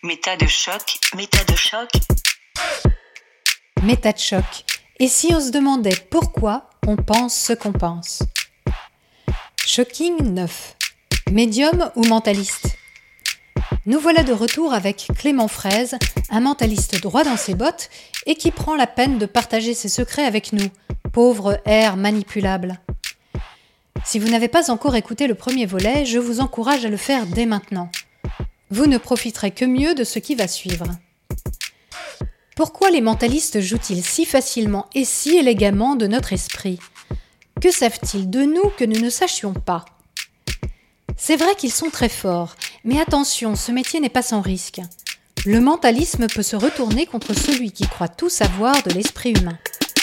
Méta de choc, méta de choc. Méta de choc. Et si on se demandait pourquoi on pense ce qu'on pense? Shocking 9. Médium ou mentaliste? Nous voilà de retour avec Clément Fraise, un mentaliste droit dans ses bottes et qui prend la peine de partager ses secrets avec nous, pauvres airs manipulables. Si vous n'avez pas encore écouté le premier volet, je vous encourage à le faire dès maintenant. Vous ne profiterez que mieux de ce qui va suivre. Pourquoi les mentalistes jouent-ils si facilement et si élégamment de notre esprit? Que savent-ils de nous que nous ne sachions pas? C'est vrai qu'ils sont très forts, mais attention, ce métier n'est pas sans risque. Le mentalisme peut se retourner contre celui qui croit tout savoir de l'esprit humain.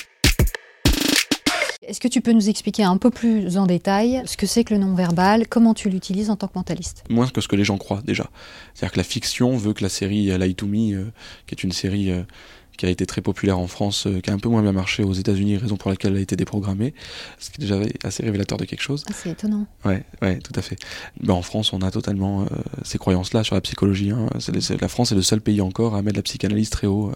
Est-ce que tu peux nous expliquer un peu plus en détail ce que c'est que le non-verbal, comment tu l'utilises en tant que mentaliste? Moins que ce que les gens croient déjà. C'est-à-dire que la fiction veut que la série Lie to Me, qui est une série qui a été très populaire en France, qui a un peu moins bien marché aux États-Unis, raison pour laquelle elle a été déprogrammée, ce qui est déjà assez révélateur de quelque chose. Ah, c'est étonnant. Ouais, tout à fait. En France, on a totalement ces croyances-là sur la psychologie. La France est le seul pays encore à mettre la psychanalyse très haut.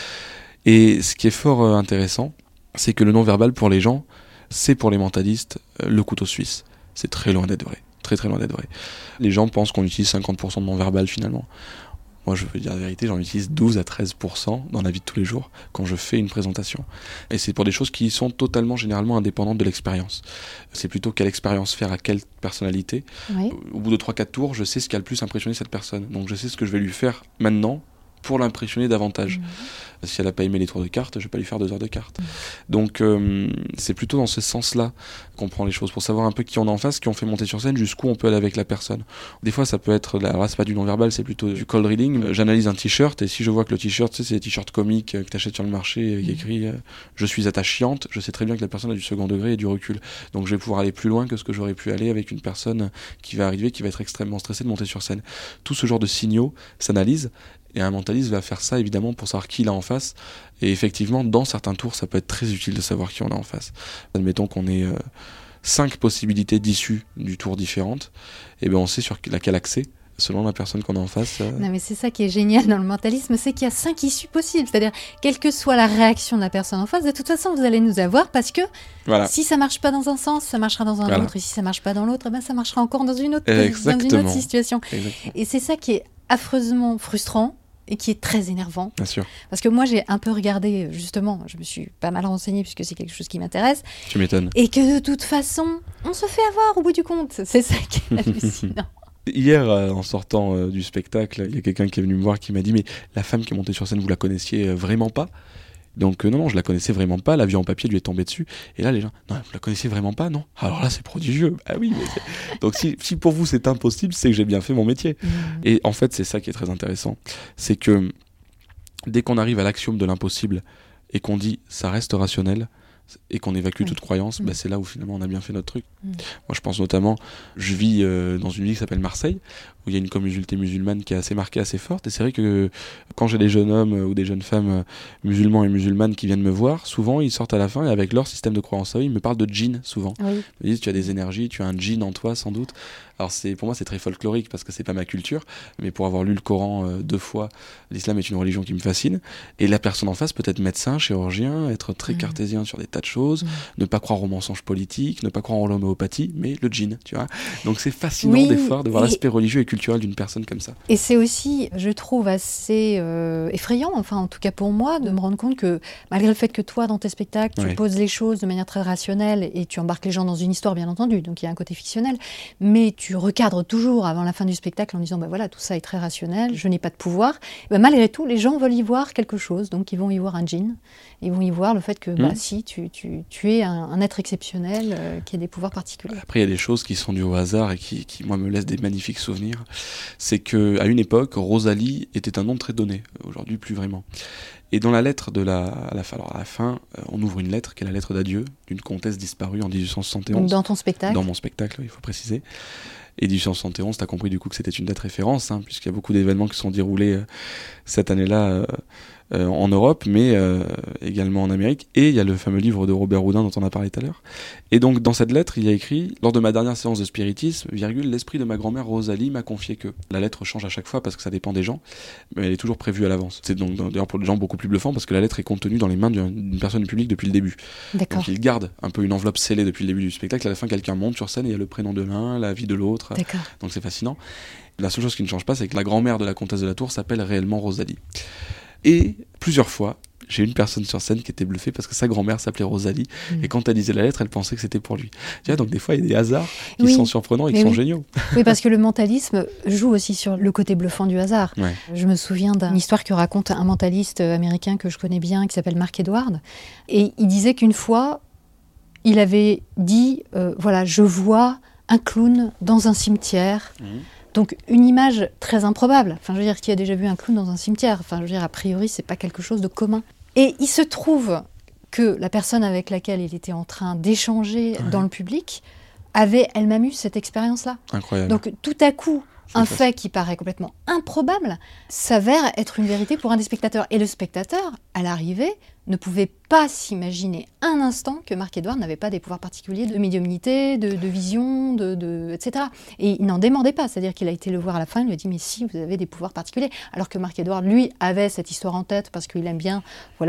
Et ce qui est fort intéressant, c'est que le non-verbal pour les gens, c'est pour les mentalistes le couteau suisse. C'est très loin d'être vrai. Très très loin d'être vrai. Les gens pensent qu'on utilise 50% de non-verbal finalement. Moi, je veux dire la vérité, j'en utilise 12 à 13% dans la vie de tous les jours quand je fais une présentation. Et c'est pour des choses qui sont totalement, généralement indépendantes de l'expérience. C'est plutôt quelle expérience faire à quelle personnalité. Oui. Au bout de 3-4 tours, je sais ce qui a le plus impressionné cette personne. Donc je sais ce que je vais lui faire maintenant pour l'impressionner davantage. Si elle n'a pas aimé les tours de cartes, je ne vais pas lui faire 2 heures de cartes. Donc c'est plutôt dans ce sens-là qu'on prend les choses, pour savoir un peu qui on a en face, qui on fait monter sur scène, jusqu'où on peut aller avec la personne. Des fois ça peut être, alors là c'est pas du non-verbal, c'est plutôt du cold reading. J'analyse un t-shirt et si je vois que le t-shirt, c'est des t-shirts comiques que tu achètes sur le marché, qui écrit je suis à ta chiante, je sais très bien que la personne a du second degré et du recul. Donc je vais pouvoir aller plus loin que ce que j'aurais pu aller avec une personne qui va arriver, qui va être extrêmement stressée de monter sur scène. Tout ce genre de signaux s'analyse. Et un mentaliste va faire ça évidemment pour savoir qui il a en face. Et effectivement, dans certains tours, ça peut être très utile de savoir qui on a en face. Admettons qu'on ait 5 possibilités d'issue du tour différentes. Et bien on sait sur laquelle axer, selon la personne qu'on a en face. Non mais c'est ça qui est génial dans le mentalisme, c'est qu'il y a 5 issues possibles. C'est-à-dire, quelle que soit la réaction de la personne en face, de toute façon, vous allez nous avoir parce que si ça marche pas dans un sens, ça marchera dans un autre. Et si ça marche pas dans l'autre, ça marchera encore dans une autre situation. Exactement. Et c'est ça qui est affreusement frustrant et qui est très énervant. Bien sûr. Parce que moi, j'ai un peu regardé, justement, je me suis pas mal renseignée puisque c'est quelque chose qui m'intéresse. Tu m'étonnes. Et que de toute façon, on se fait avoir au bout du compte. C'est ça qui est hallucinant. Hier, en sortant du spectacle, il y a quelqu'un qui est venu me voir qui m'a dit « Mais la femme qui est montée sur scène, vous la connaissiez vraiment pas ?» Donc non, je la connaissais vraiment pas, la vue en papier lui est tombée dessus. Et là, les gens « Non, vous la connaissiez vraiment pas, non ?» Alors là, c'est prodigieux. Ah oui, mais donc si pour vous c'est impossible, c'est que j'ai bien fait mon métier. Et en fait, c'est ça qui est très intéressant. C'est que dès qu'on arrive à l'axiome de l'impossible et qu'on dit « ça reste rationnel », et qu'on évacue toute croyance, c'est là où finalement on a bien fait notre truc. Moi je pense notamment, je vis dans une ville qui s'appelle Marseille, où il y a une communauté musulmane qui est assez marquée, assez forte, et c'est vrai que quand j'ai des jeunes hommes ou des jeunes femmes musulmans et musulmanes qui viennent me voir, souvent ils sortent à la fin et avec leur système de croyance, ils me parlent de djinn souvent. Ils me disent tu as des énergies, tu as un djinn en toi sans doute. Alors pour moi c'est très folklorique parce que c'est pas ma culture, mais pour avoir lu le Coran 2 fois, l'islam est une religion qui me fascine, et la personne en face peut être médecin, chirurgien, être très cartésien sur des tas de choses, ne pas croire aux mensonges politiques, ne pas croire en l'homéopathie, mais le djinn, tu vois. Donc c'est fascinant des fois de voir l'aspect religieux et culturel d'une personne comme ça. Et c'est aussi, je trouve, assez effrayant, enfin en tout cas pour moi, de me rendre compte que malgré le fait que toi, dans tes spectacles, tu poses les choses de manière très rationnelle et tu embarques les gens dans une histoire, bien entendu, donc il y a un côté fictionnel, mais tu recadres toujours avant la fin du spectacle en disant voilà, tout ça est très rationnel, je n'ai pas de pouvoir. Malgré tout, les gens veulent y voir quelque chose, donc ils vont y voir un djinn, ils vont y voir le fait que si, tu es un être exceptionnel qui a des pouvoirs particuliers. Après, il y a des choses qui sont dues au hasard et qui moi, me laissent des magnifiques souvenirs. C'est qu'à une époque, Rosalie était un nom très donné. Aujourd'hui, plus vraiment. Et dans la lettre à la fin, on ouvre une lettre qui est la lettre d'adieu d'une comtesse disparue en 1871. Donc dans ton spectacle ? Dans mon spectacle, il faut préciser. Et 1871, tu as compris du coup que c'était une date référence, puisqu'il y a beaucoup d'événements qui sont déroulés cette année-là en Europe, mais également en Amérique. Et il y a le fameux livre de Robert Houdin dont on a parlé tout à l'heure. Et donc, dans cette lettre, il y a écrit « Lors de ma dernière séance de spiritisme, l'esprit de ma grand-mère Rosalie m'a confié que... » La lettre change à chaque fois parce que ça dépend des gens, mais elle est toujours prévue à l'avance. C'est donc d'ailleurs pour les gens beaucoup plus bluffant parce que la lettre est contenue dans les mains d'une personne publique depuis le début. D'accord. Donc, il garde un peu une enveloppe scellée depuis le début du spectacle. À la fin, quelqu'un monte sur scène et il y a le prénom de l'un, la vie de l'autre. D'accord. Donc, c'est fascinant. La seule chose qui ne change pas, c'est que la grand-mère de la comtesse de la Tour s'appelle réellement Rosalie. Et plusieurs fois, j'ai une personne sur scène qui était bluffée parce que sa grand-mère s'appelait Rosalie. Et quand elle lisait la lettre, elle pensait que c'était pour lui. Tu vois, donc des fois, il y a des hasards qui sont surprenants et qui sont géniaux. Oui, parce que le mentalisme joue aussi sur le côté bluffant du hasard. Ouais. Je me souviens d'une histoire que raconte un mentaliste américain que je connais bien, qui s'appelle Mark Edward. Et il disait qu'une fois, il avait dit, voilà, je vois un clown dans un cimetière. Donc une image très improbable. Enfin, je veux dire, qui a déjà vu un clown dans un cimetière? Enfin, je veux dire, a priori, c'est pas quelque chose de commun. Et il se trouve que la personne avec laquelle il était en train d'échanger dans le public avait elle-même eu cette expérience-là. Incroyable. Donc tout à coup, un fait qui paraît complètement improbable s'avère être une vérité pour un des spectateurs. Et le spectateur, à l'arrivée, ne pouvait pas s'imaginer un instant que Mark Edward n'avait pas des pouvoirs particuliers de médiumnité, de vision, etc. Et il n'en demandait pas, c'est-à-dire qu'il a été le voir à la fin, il lui a dit « mais si, vous avez des pouvoirs particuliers ». Alors que Mark Edward, lui, avait cette histoire en tête parce qu'il aime bien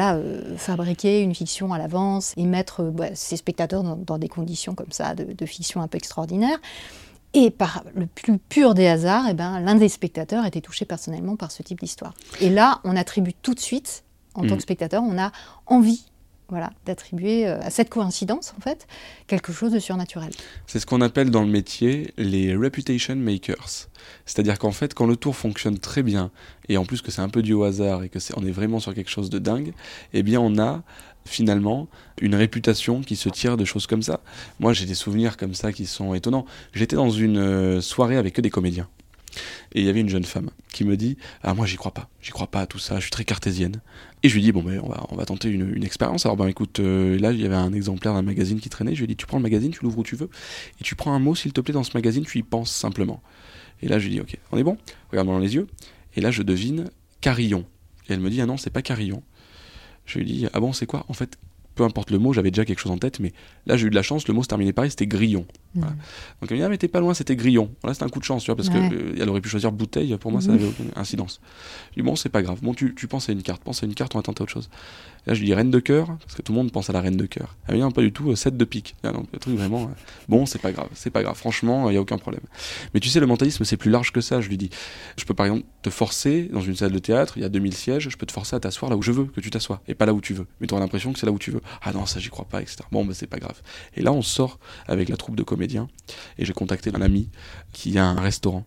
fabriquer une fiction à l'avance et mettre ses spectateurs dans des conditions comme ça, de fiction un peu extraordinaire. Et par le plus pur des hasards, l'un des spectateurs était touché personnellement par ce type d'histoire. Et là, on attribue tout de suite, en tant que spectateur, on a envie d'attribuer à cette coïncidence, en fait, quelque chose de surnaturel. C'est ce qu'on appelle dans le métier les reputation makers. C'est-à-dire qu'en fait, quand le tour fonctionne très bien, et en plus que c'est un peu dû au hasard, et on est vraiment sur quelque chose de dingue, eh bien on a finalement une réputation qui se tire de choses comme ça. Moi, j'ai des souvenirs comme ça qui sont étonnants. J'étais dans une soirée avec que des comédiens. Et il y avait une jeune femme qui me dit « Ah, moi, j'y crois pas à tout ça, je suis très cartésienne. » Et je lui dis « Bon, on va tenter une expérience. » Alors, écoute, là, il y avait un exemplaire d'un magazine qui traînait. Je lui ai dit « Tu prends le magazine, tu l'ouvres où tu veux, et tu prends un mot, s'il te plaît, dans ce magazine, tu y penses simplement. » Et là, je lui dis « Ok, on est bon ? Regarde-moi dans les yeux. » Et là, je devine « Carillon. » Et elle me dit « Ah non, c'est pas carillon. » Je lui dis « Ah bon, c'est quoi ? En fait, peu importe le mot, j'avais déjà quelque chose en tête, mais là, j'ai eu de la chance, le mot se terminait pareil, c'était grillon. Voilà. Donc elle me dit « Ah, mais t'es pas loin, c'était grillon. » Là, c'était un coup de chance, tu vois, parce qu'elle aurait pu choisir bouteille, pour moi, ça n'avait aucune incidence. Je lui dis « Bon, c'est pas grave. Bon, tu penses à une carte, on va tenter autre chose. » Là, je lui dis reine de cœur, parce que tout le monde pense à la reine de cœur. Elle me dit « Non, pas du tout, 7 de pique. » Donc, le truc vraiment, bon, c'est pas grave, franchement, il n'y a aucun problème. Mais tu sais, le mentalisme, c'est plus large que ça, je lui dis. Je peux par exemple te forcer, dans une salle de théâtre, il y a 2000 sièges, je peux te forcer à t'asseoir là où je veux que tu t'assoies, et pas là où tu veux. Mais tu auras l'impression que c'est là où tu veux. Ah non, ça, j'y crois pas, etc. Bon, c'est pas grave. Et là, on sort avec la troupe de comédiens, et j'ai contacté un ami qui a un restaurant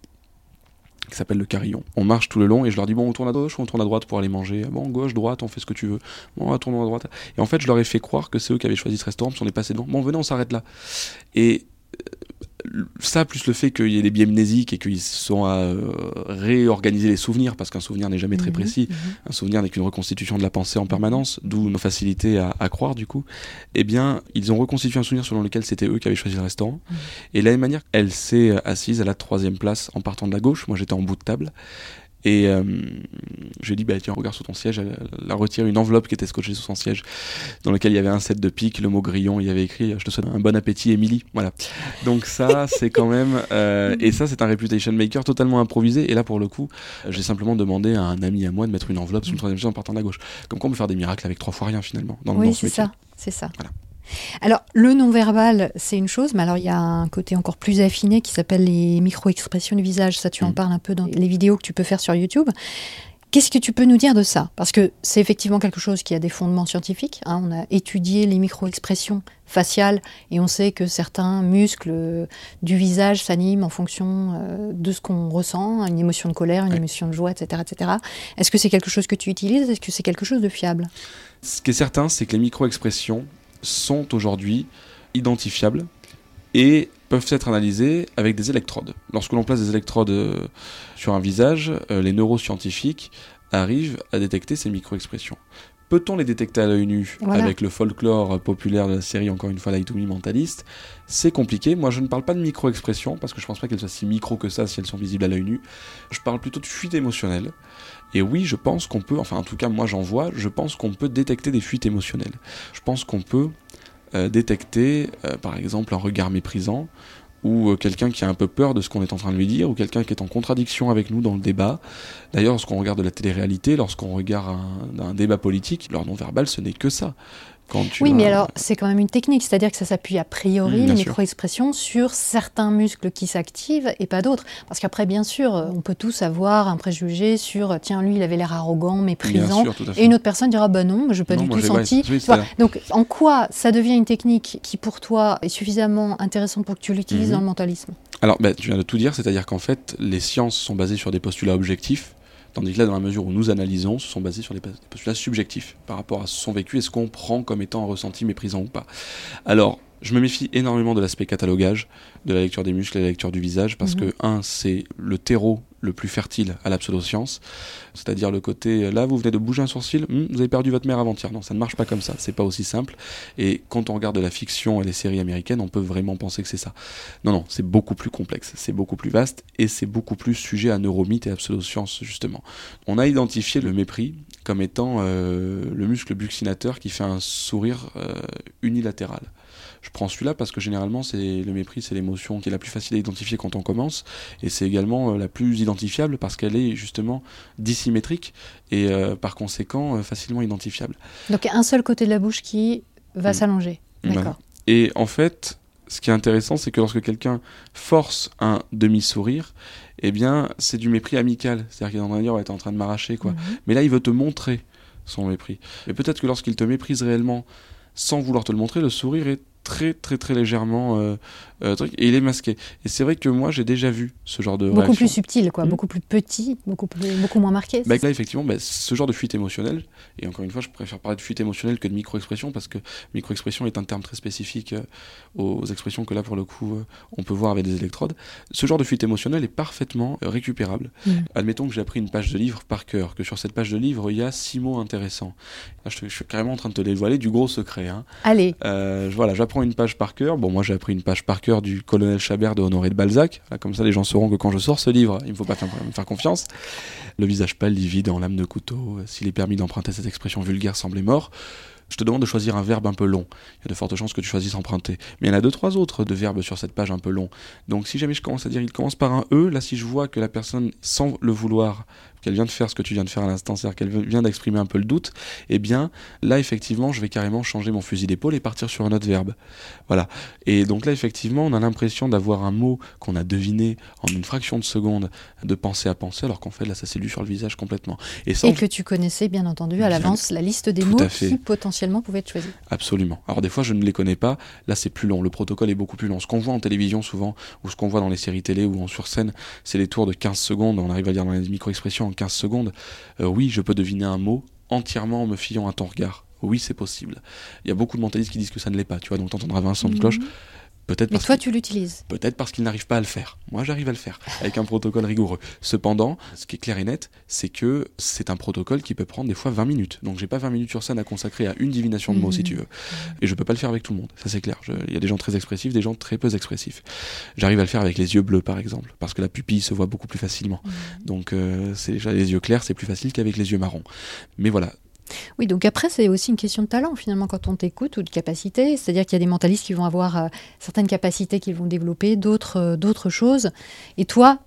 qui s'appelle le Carillon. On marche tout le long et je leur dis bon, on tourne à gauche ou on tourne à droite pour aller manger. Bon, gauche, droite, on fait ce que tu veux. Bon, on va tourner à droite. Et en fait, je leur ai fait croire que c'est eux qui avaient choisi ce restaurant parce qu'on est passé devant. Bon, venez, on s'arrête là. Et ça, plus le fait qu'il y ait des biais mnésiques et qu'ils sont à réorganiser les souvenirs, parce qu'un souvenir n'est jamais très précis, un souvenir n'est qu'une reconstitution de la pensée en permanence, d'où nos facilités à croire du coup, eh bien, ils ont reconstitué un souvenir selon lequel c'était eux qui avaient choisi le restaurant, et de la même manière, elle s'est assise à la 3e place en partant de la gauche, moi j'étais en bout de table, et je lui ai dit, tiens, regarde sous ton siège. Elle a retiré une enveloppe qui était scotchée sous son siège, dans laquelle il y avait un 7 de pique, le mot grillon, il y avait écrit « Je te souhaite un bon appétit, Émilie ». Voilà. Donc ça, c'est quand même... et ça, c'est un reputation maker totalement improvisé. Et là, pour le coup, j'ai simplement demandé à un ami à moi de mettre une enveloppe sous le 3e siège en partant de la gauche. Comme quoi, on peut faire des miracles avec 3 fois rien, finalement. Oui, c'est ça. Voilà. Alors, le non-verbal, c'est une chose, mais alors il y a un côté encore plus affiné qui s'appelle les micro-expressions du visage. Ça, tu en parles un peu dans les vidéos que tu peux faire sur YouTube. Qu'est-ce que tu peux nous dire de ça ? Parce que c'est effectivement quelque chose qui a des fondements scientifiques. On a étudié les micro-expressions faciales et on sait que certains muscles du visage s'animent en fonction de ce qu'on ressent, une émotion de colère, une émotion de joie, etc., etc. Est-ce que c'est quelque chose que tu utilises ? Est-ce que c'est quelque chose de fiable ? Ce qui est certain, c'est que les micro-expressions sont aujourd'hui identifiables et peuvent être analysées avec des électrodes. Lorsque l'on place des électrodes sur un visage, les neuroscientifiques arrivent à détecter ces micro-expressions. Peut-on les détecter à l'œil nu Voilà. avec le folklore populaire de la série, encore une fois, Lie to Me Mentaliste? C'est compliqué. Moi, je ne parle pas de micro-expression, parce que je pense pas qu'elles soient si micro que ça si elles sont visibles à l'œil nu. Je parle plutôt de fuite émotionnelle. Et oui, je pense qu'on peut, enfin en tout cas moi j'en vois, je pense qu'on peut détecter des fuites émotionnelles. Je pense qu'on peut détecter, par exemple, un regard méprisant, ou quelqu'un qui a un peu peur de ce qu'on est en train de lui dire, ou quelqu'un qui est en contradiction avec nous dans le débat. D'ailleurs, lorsqu'on regarde de la télé-réalité, lorsqu'on regarde un débat politique, leur non-verbal, ce n'est que ça. Oui, mais alors, c'est quand même une technique, c'est-à-dire que ça s'appuie a priori, les sûr. micro-expressions, sur certains muscles qui s'activent et pas d'autres. Parce qu'après, bien sûr, on peut tous avoir un préjugé sur, tiens, lui, il avait l'air arrogant, méprisant, Bien sûr, tout à fait. et une autre personne dira, bah non, je n'ai pas Non, du moi, tout j'ai- senti. ouais, oui, Tu vois, donc, en quoi ça devient une technique qui, pour toi, est suffisamment intéressante pour que tu l'utilises dans le mentalisme? Alors, tu viens de tout dire, c'est-à-dire qu'en fait, les sciences sont basées sur des postulats objectifs, tandis que là, dans la mesure où nous analysons, ce sont basés sur des postulats subjectifs, par rapport à son vécu et ce qu'on prend comme étant un ressenti méprisant ou pas. Alors, je me méfie énormément de l'aspect catalogage, de la lecture des muscles et de la lecture du visage, parce que, c'est le terreau le plus fertile à la pseudoscience, c'est-à-dire le côté, là, vous venez de bouger un sourcil, vous avez perdu votre mère avant-hier. Non, ça ne marche pas comme ça, c'est pas aussi simple. Et quand on regarde de la fiction et les séries américaines, on peut vraiment penser que c'est ça. Non, c'est beaucoup plus complexe, c'est beaucoup plus vaste, et c'est beaucoup plus sujet à neuromythes et à pseudosciences, justement. On a identifié le mépris comme étant le muscle buccinateur qui fait un sourire unilatéral. Je prends celui-là parce que généralement, le mépris, c'est l'émotion qui est la plus facile à identifier quand on commence, et c'est également la plus identifiable parce qu'elle est justement dissymétrique et par conséquent facilement identifiable. Donc, un seul côté de la bouche qui va s'allonger. D'accord. Voilà. Et en fait, ce qui est intéressant, c'est que lorsque quelqu'un force un demi-sourire, eh bien, c'est du mépris amical. C'est-à-dire qu'il est en train de dire, ouais, t'es en train de m'arracher, quoi. Mais là, il veut te montrer son mépris. Et peut-être que lorsqu'il te méprise réellement, sans vouloir te le montrer, le sourire est très très très légèrement truc, et il est masqué. Et c'est vrai que moi j'ai déjà vu ce genre de beaucoup réaction. plus subtil, quoi, beaucoup plus petit, beaucoup moins marqué. Là effectivement, ce genre de fuite émotionnelle, et encore une fois je préfère parler de fuite émotionnelle que de micro-expression, parce que micro-expression est un terme très spécifique aux expressions que là pour le coup on peut voir avec des électrodes. Ce genre de fuite émotionnelle est parfaitement récupérable. Admettons que j'ai appris une page de livre par cœur, que sur cette page de livre il y a 6 mots intéressants. Là, je suis carrément en train de te dévoiler du gros secret. Allez. Voilà, j'apprends une page par cœur. Bon, moi j'ai appris une page par cœur du colonel Chabert de Honoré de Balzac. Là, comme ça, les gens sauront que quand je sors ce livre, il ne faut pas me faire confiance. Le visage pâle, livide, en lame de couteau. S'il est permis d'emprunter cette expression vulgaire, semblait mort. Je te demande de choisir un verbe un peu long. Il y a de fortes chances que tu choisisses emprunter. Mais il y en a 2-3 autres de verbes sur cette page un peu long. Donc si jamais je commence à dire il commence par un E, là si je vois que la personne, sans le vouloir, qu'elle vient de faire ce que tu viens de faire à l'instant, c'est-à-dire qu'elle vient d'exprimer un peu le doute, eh bien là effectivement je vais carrément changer mon fusil d'épaule et partir sur un autre verbe. Voilà. Et donc là effectivement on a l'impression d'avoir un mot qu'on a deviné en une fraction de seconde de pensée à pensée, alors qu'en fait là ça s'est lu sur le visage complètement. Et que tu connaissais bien entendu à l'avance la liste des mots qui potentiellement pouvaient être choisis. Absolument. Alors des fois je ne les connais pas, là c'est plus long, le protocole est beaucoup plus long. Ce qu'on voit en télévision souvent, ou ce qu'on voit dans les séries télé ou en sur scène, c'est les tours de 15 secondes, on arrive à lire dans les micro-expressions en 15 secondes. Oui, je peux deviner un mot entièrement en me fiant à ton regard. Oui, c'est possible. Il y a beaucoup de mentalistes qui disent que ça ne l'est pas, tu vois, donc t'entendras Vincent de cloche. Mais toi, tu l'utilises. Peut-être parce qu'il n'arrive pas à le faire. Moi, j'arrive à le faire, avec un protocole rigoureux. Cependant, ce qui est clair et net, c'est que c'est un protocole qui peut prendre des fois 20 minutes. Donc, j'ai pas 20 minutes sur scène à consacrer à une divination de mots, si tu veux. Et je peux pas le faire avec tout le monde, ça c'est clair. Il y a des gens très expressifs, des gens très peu expressifs. J'arrive à le faire avec les yeux bleus, par exemple, parce que la pupille se voit beaucoup plus facilement. Donc, c'est déjà les yeux clairs, c'est plus facile qu'avec les yeux marrons. Mais voilà. Oui, donc après, c'est aussi une question de talent, finalement, quand on t'écoute, ou de capacité. C'est-à-dire qu'il y a des mentalistes qui vont avoir certaines capacités qu'ils vont développer, d'autres choses. Et toi,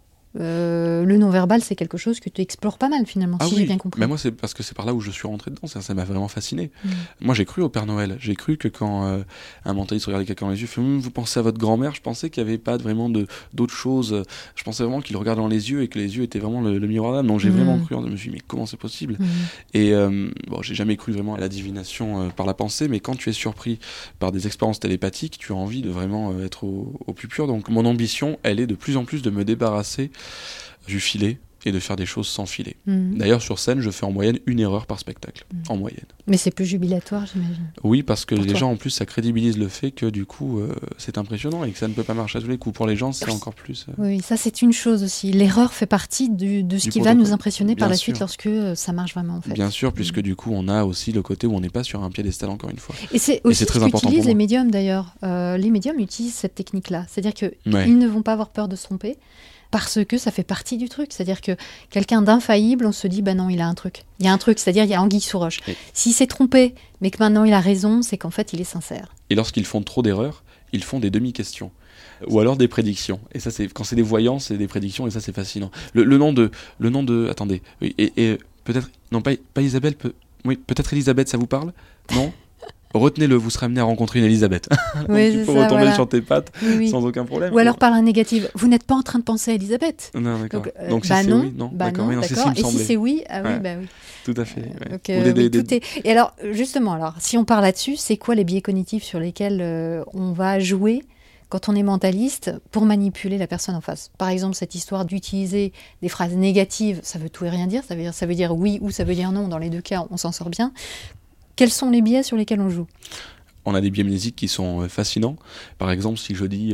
le non-verbal, c'est quelque chose que tu explores pas mal, finalement, si j'ai bien compris. Mais moi, c'est parce que c'est par là où je suis rentré dedans. Ça m'a vraiment fasciné. Moi, j'ai cru au Père Noël. J'ai cru que quand un mentaliste regardait quelqu'un dans les yeux, fait vous pensez à votre grand-mère. Je pensais qu'il n'y avait pas vraiment d'autres choses. Je pensais vraiment qu'il regardait dans les yeux et que les yeux étaient vraiment le miroir d'âme. Donc, j'ai vraiment cru. Je me suis dit, mais comment c'est possible Et j'ai jamais cru vraiment à la divination par la pensée. Mais quand tu es surpris par des expériences télépathiques, tu as envie de vraiment être au plus pur. Donc, mon ambition, elle est de plus en plus de me débarrasser du filet et de faire des choses sans filet. Mhm. D'ailleurs, sur scène, je fais en moyenne une erreur par spectacle, en moyenne. Mais c'est plus jubilatoire, j'imagine. Oui, parce que Pour les toi. gens, en plus, ça crédibilise le fait que du coup, c'est impressionnant et que ça ne peut pas marcher à tous les coups. Pour les gens, c'est Oui. encore plus... Oui, ça c'est une chose aussi. L'erreur fait partie de ce Du qui va protocole. nous impressionner par Bien la sûr. suite lorsque ça marche vraiment en fait. Bien sûr, puisque du coup, on a aussi le côté où on n'est pas sur un piédestal, encore une fois. Et c'est aussi c'est très ce important qu'utilisent pour les moi. médiums d'ailleurs. Les médiums utilisent cette technique-là. C'est-à-dire qu'ils Ouais. ne vont pas avoir peur de se tromper parce que ça fait partie du truc. C'est-à-dire que quelqu'un d'infaillible, on se dit, bah non, il a un truc. Il y a un truc, c'est-à-dire il y a anguille sous roche. Oui. S'il s'est trompé, mais que maintenant il a raison, c'est qu'en fait il est sincère. Et lorsqu'ils font trop d'erreurs, ils font des demi-questions. Ou alors des prédictions. Et ça, c'est quand c'est des voyants, c'est des prédictions, et ça, c'est fascinant. Le nom de... Attendez. Oui, et peut-être... Non, pas Isabelle. Oui, peut-être Elisabeth, ça vous parle? Non. Retenez-le, vous serez amené à rencontrer une Elisabeth. Donc, Oui, tu c'est peux ça, retomber voilà. sur tes pattes Oui, oui. sans aucun problème. Ou alors par la négative. Vous n'êtes pas en train de penser à Elisabeth. Non, d'accord. Donc, Si bah c'est non, oui, non, bah d'accord. non, Oui, non, c'est ce d'accord. qui me Et si semblait. c'est oui, ah oui, Ouais. bah oui. Tout à fait. Ouais. Donc, Ou oui, tout est... Et alors, justement, si on part là-dessus, c'est quoi les biais cognitifs sur lesquels on va jouer quand on est mentaliste pour manipuler la personne en face? Par exemple, cette histoire d'utiliser des phrases négatives, ça veut tout et rien dire. Ça veut dire oui ou ça veut dire non. Dans les deux cas, on s'en sort bien. Quels sont les biais sur lesquels on joue? On a des biais mnésiques qui sont fascinants. Par exemple, si je dis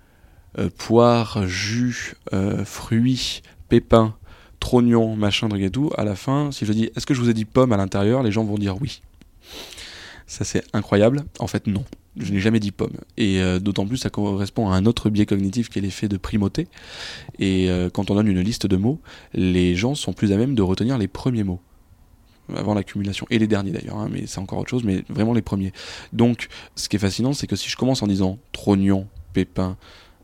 poire, jus, fruits, pépins, trognon, machin, truc et tout, à la fin, si je dis est-ce que je vous ai dit pomme à l'intérieur, les gens vont dire oui. Ça, c'est incroyable. En fait, non. Je n'ai jamais dit pomme. Et d'autant plus, ça correspond à un autre biais cognitif qui est l'effet de primauté. Et quand on donne une liste de mots, les gens sont plus à même de retenir les premiers mots. Avant l'accumulation, et les derniers d'ailleurs, hein, mais c'est encore autre chose, mais vraiment les premiers. Donc, ce qui est fascinant, c'est que si je commence en disant trognon, pépin,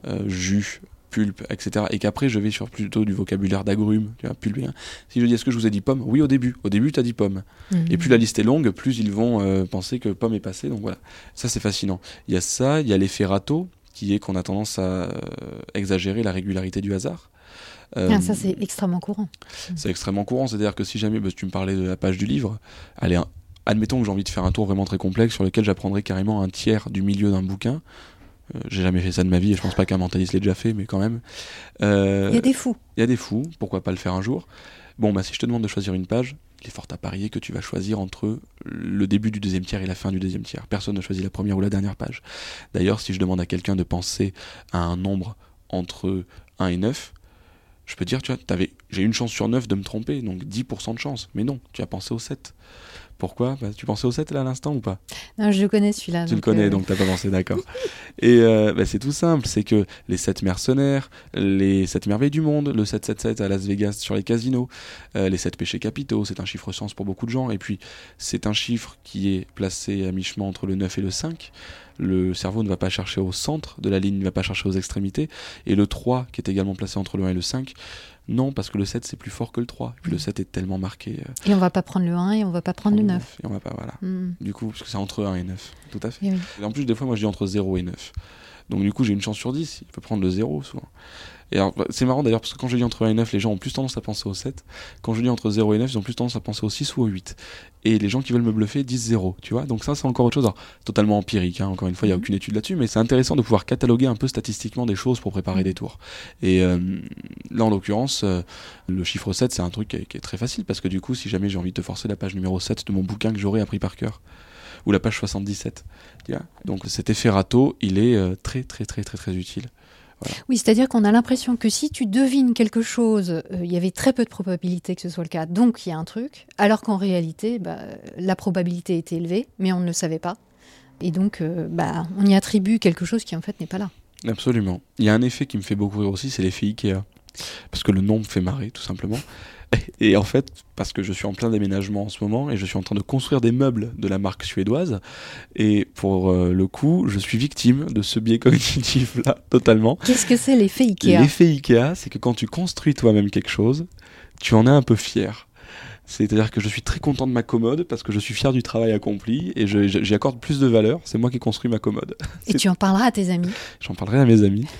jus, pulpe, etc., et qu'après je vais sur plutôt du vocabulaire d'agrumes, tu vois, pulpe, hein. Si je dis est-ce que je vous ai dit pomme? Oui, au début tu as dit pomme. Et plus la liste est longue, plus ils vont penser que pomme est passé, donc voilà. Ça, c'est fascinant. Il y a ça, il y a l'effet râteau, qui est qu'on a tendance à exagérer la régularité du hasard. Ça, c'est extrêmement courant. C'est extrêmement courant, c'est-à-dire que si jamais tu me parlais de la page du livre, allez, admettons que j'ai envie de faire un tour vraiment très complexe sur lequel j'apprendrai carrément un tiers du milieu d'un bouquin. J'ai jamais fait ça de ma vie et je pense pas qu'un mentaliste l'ait déjà fait, mais quand même. Il y a des fous. Il y a des fous, pourquoi pas le faire un jour. Bon, bah si je te demande de choisir une page, il est fort à parier que tu vas choisir entre le début du deuxième tiers et la fin du deuxième tiers. Personne ne choisit la première ou la dernière page. D'ailleurs, si je demande à quelqu'un de penser à un nombre entre 1 et 9, je peux dire, tu vois, j'ai une chance sur 9 de me tromper, donc 10% de chance. Mais non, tu as pensé au 7. Pourquoi? Bah, tu pensais au 7 là à l'instant ou pas? Non, je le connais celui-là. Tu le connais, donc t'as pas pensé, d'accord. Et c'est tout simple, c'est que les 7 mercenaires, les 7 merveilles du monde, le 777 à Las Vegas sur les casinos, les 7 péchés capitaux, c'est un chiffre sens pour beaucoup de gens, et puis c'est un chiffre qui est placé à mi-chemin entre le 9 et le 5. Le cerveau ne va pas chercher au centre de la ligne, ne va pas chercher aux extrémités, et le 3 qui est également placé entre le 1 et le 5, non, parce que le 7 c'est plus fort que le 3, et puis le 7 est tellement marqué. Et on va pas prendre le 1 et on va pas prendre le 9. Et on va pas, voilà. Mm. Du coup, parce que c'est entre 1 et 9, tout à fait. Et oui. Et en plus, des fois, moi je dis entre 0 et 9. Donc du coup, j'ai une chance sur 10, il peut prendre le 0 souvent. Et alors, c'est marrant d'ailleurs, parce que quand je dis entre 1 et 9, les gens ont plus tendance à penser au 7. Quand je dis entre 0 et 9, ils ont plus tendance à penser au 6 ou au 8. Et les gens qui veulent me bluffer disent 0, tu vois. Donc ça, c'est encore autre chose. Alors, totalement empirique, hein. Encore une fois, il n'y a aucune étude là-dessus, mais c'est intéressant de pouvoir cataloguer un peu statistiquement des choses pour préparer des tours. Et là, en l'occurrence, le chiffre 7, c'est un truc qui est très facile, parce que du coup, si jamais j'ai envie de te forcer la page numéro 7 de mon bouquin que j'aurais appris par cœur, ou la page 77, tu vois. Donc cet effet râteau, il est très, très, très, très, très utile. Voilà. Oui, c'est-à-dire qu'on a l'impression que si tu devines quelque chose, il y avait très peu de probabilité que ce soit le cas, donc il y a un truc, alors qu'en réalité, la probabilité était élevée, mais on ne le savait pas. Et donc, on y attribue quelque chose qui en fait n'est pas là. Absolument. Il y a un effet qui me fait beaucoup rire aussi, c'est l'effet Ikea. Parce que le nom me fait marrer, tout simplement. Et en fait, parce que je suis en plein déménagement en ce moment et je suis en train de construire des meubles de la marque suédoise, et pour le coup, je suis victime de ce biais cognitif-là, totalement. Qu'est-ce que c'est l'effet Ikea? L'effet Ikea, c'est que quand tu construis toi-même quelque chose, tu en es un peu fier. C'est-à-dire que je suis très content de ma commode parce que je suis fier du travail accompli et j'y accorde plus de valeur. C'est moi qui ai construit ma commode. Et tu en parleras à tes amis? J'en parlerai à mes amis.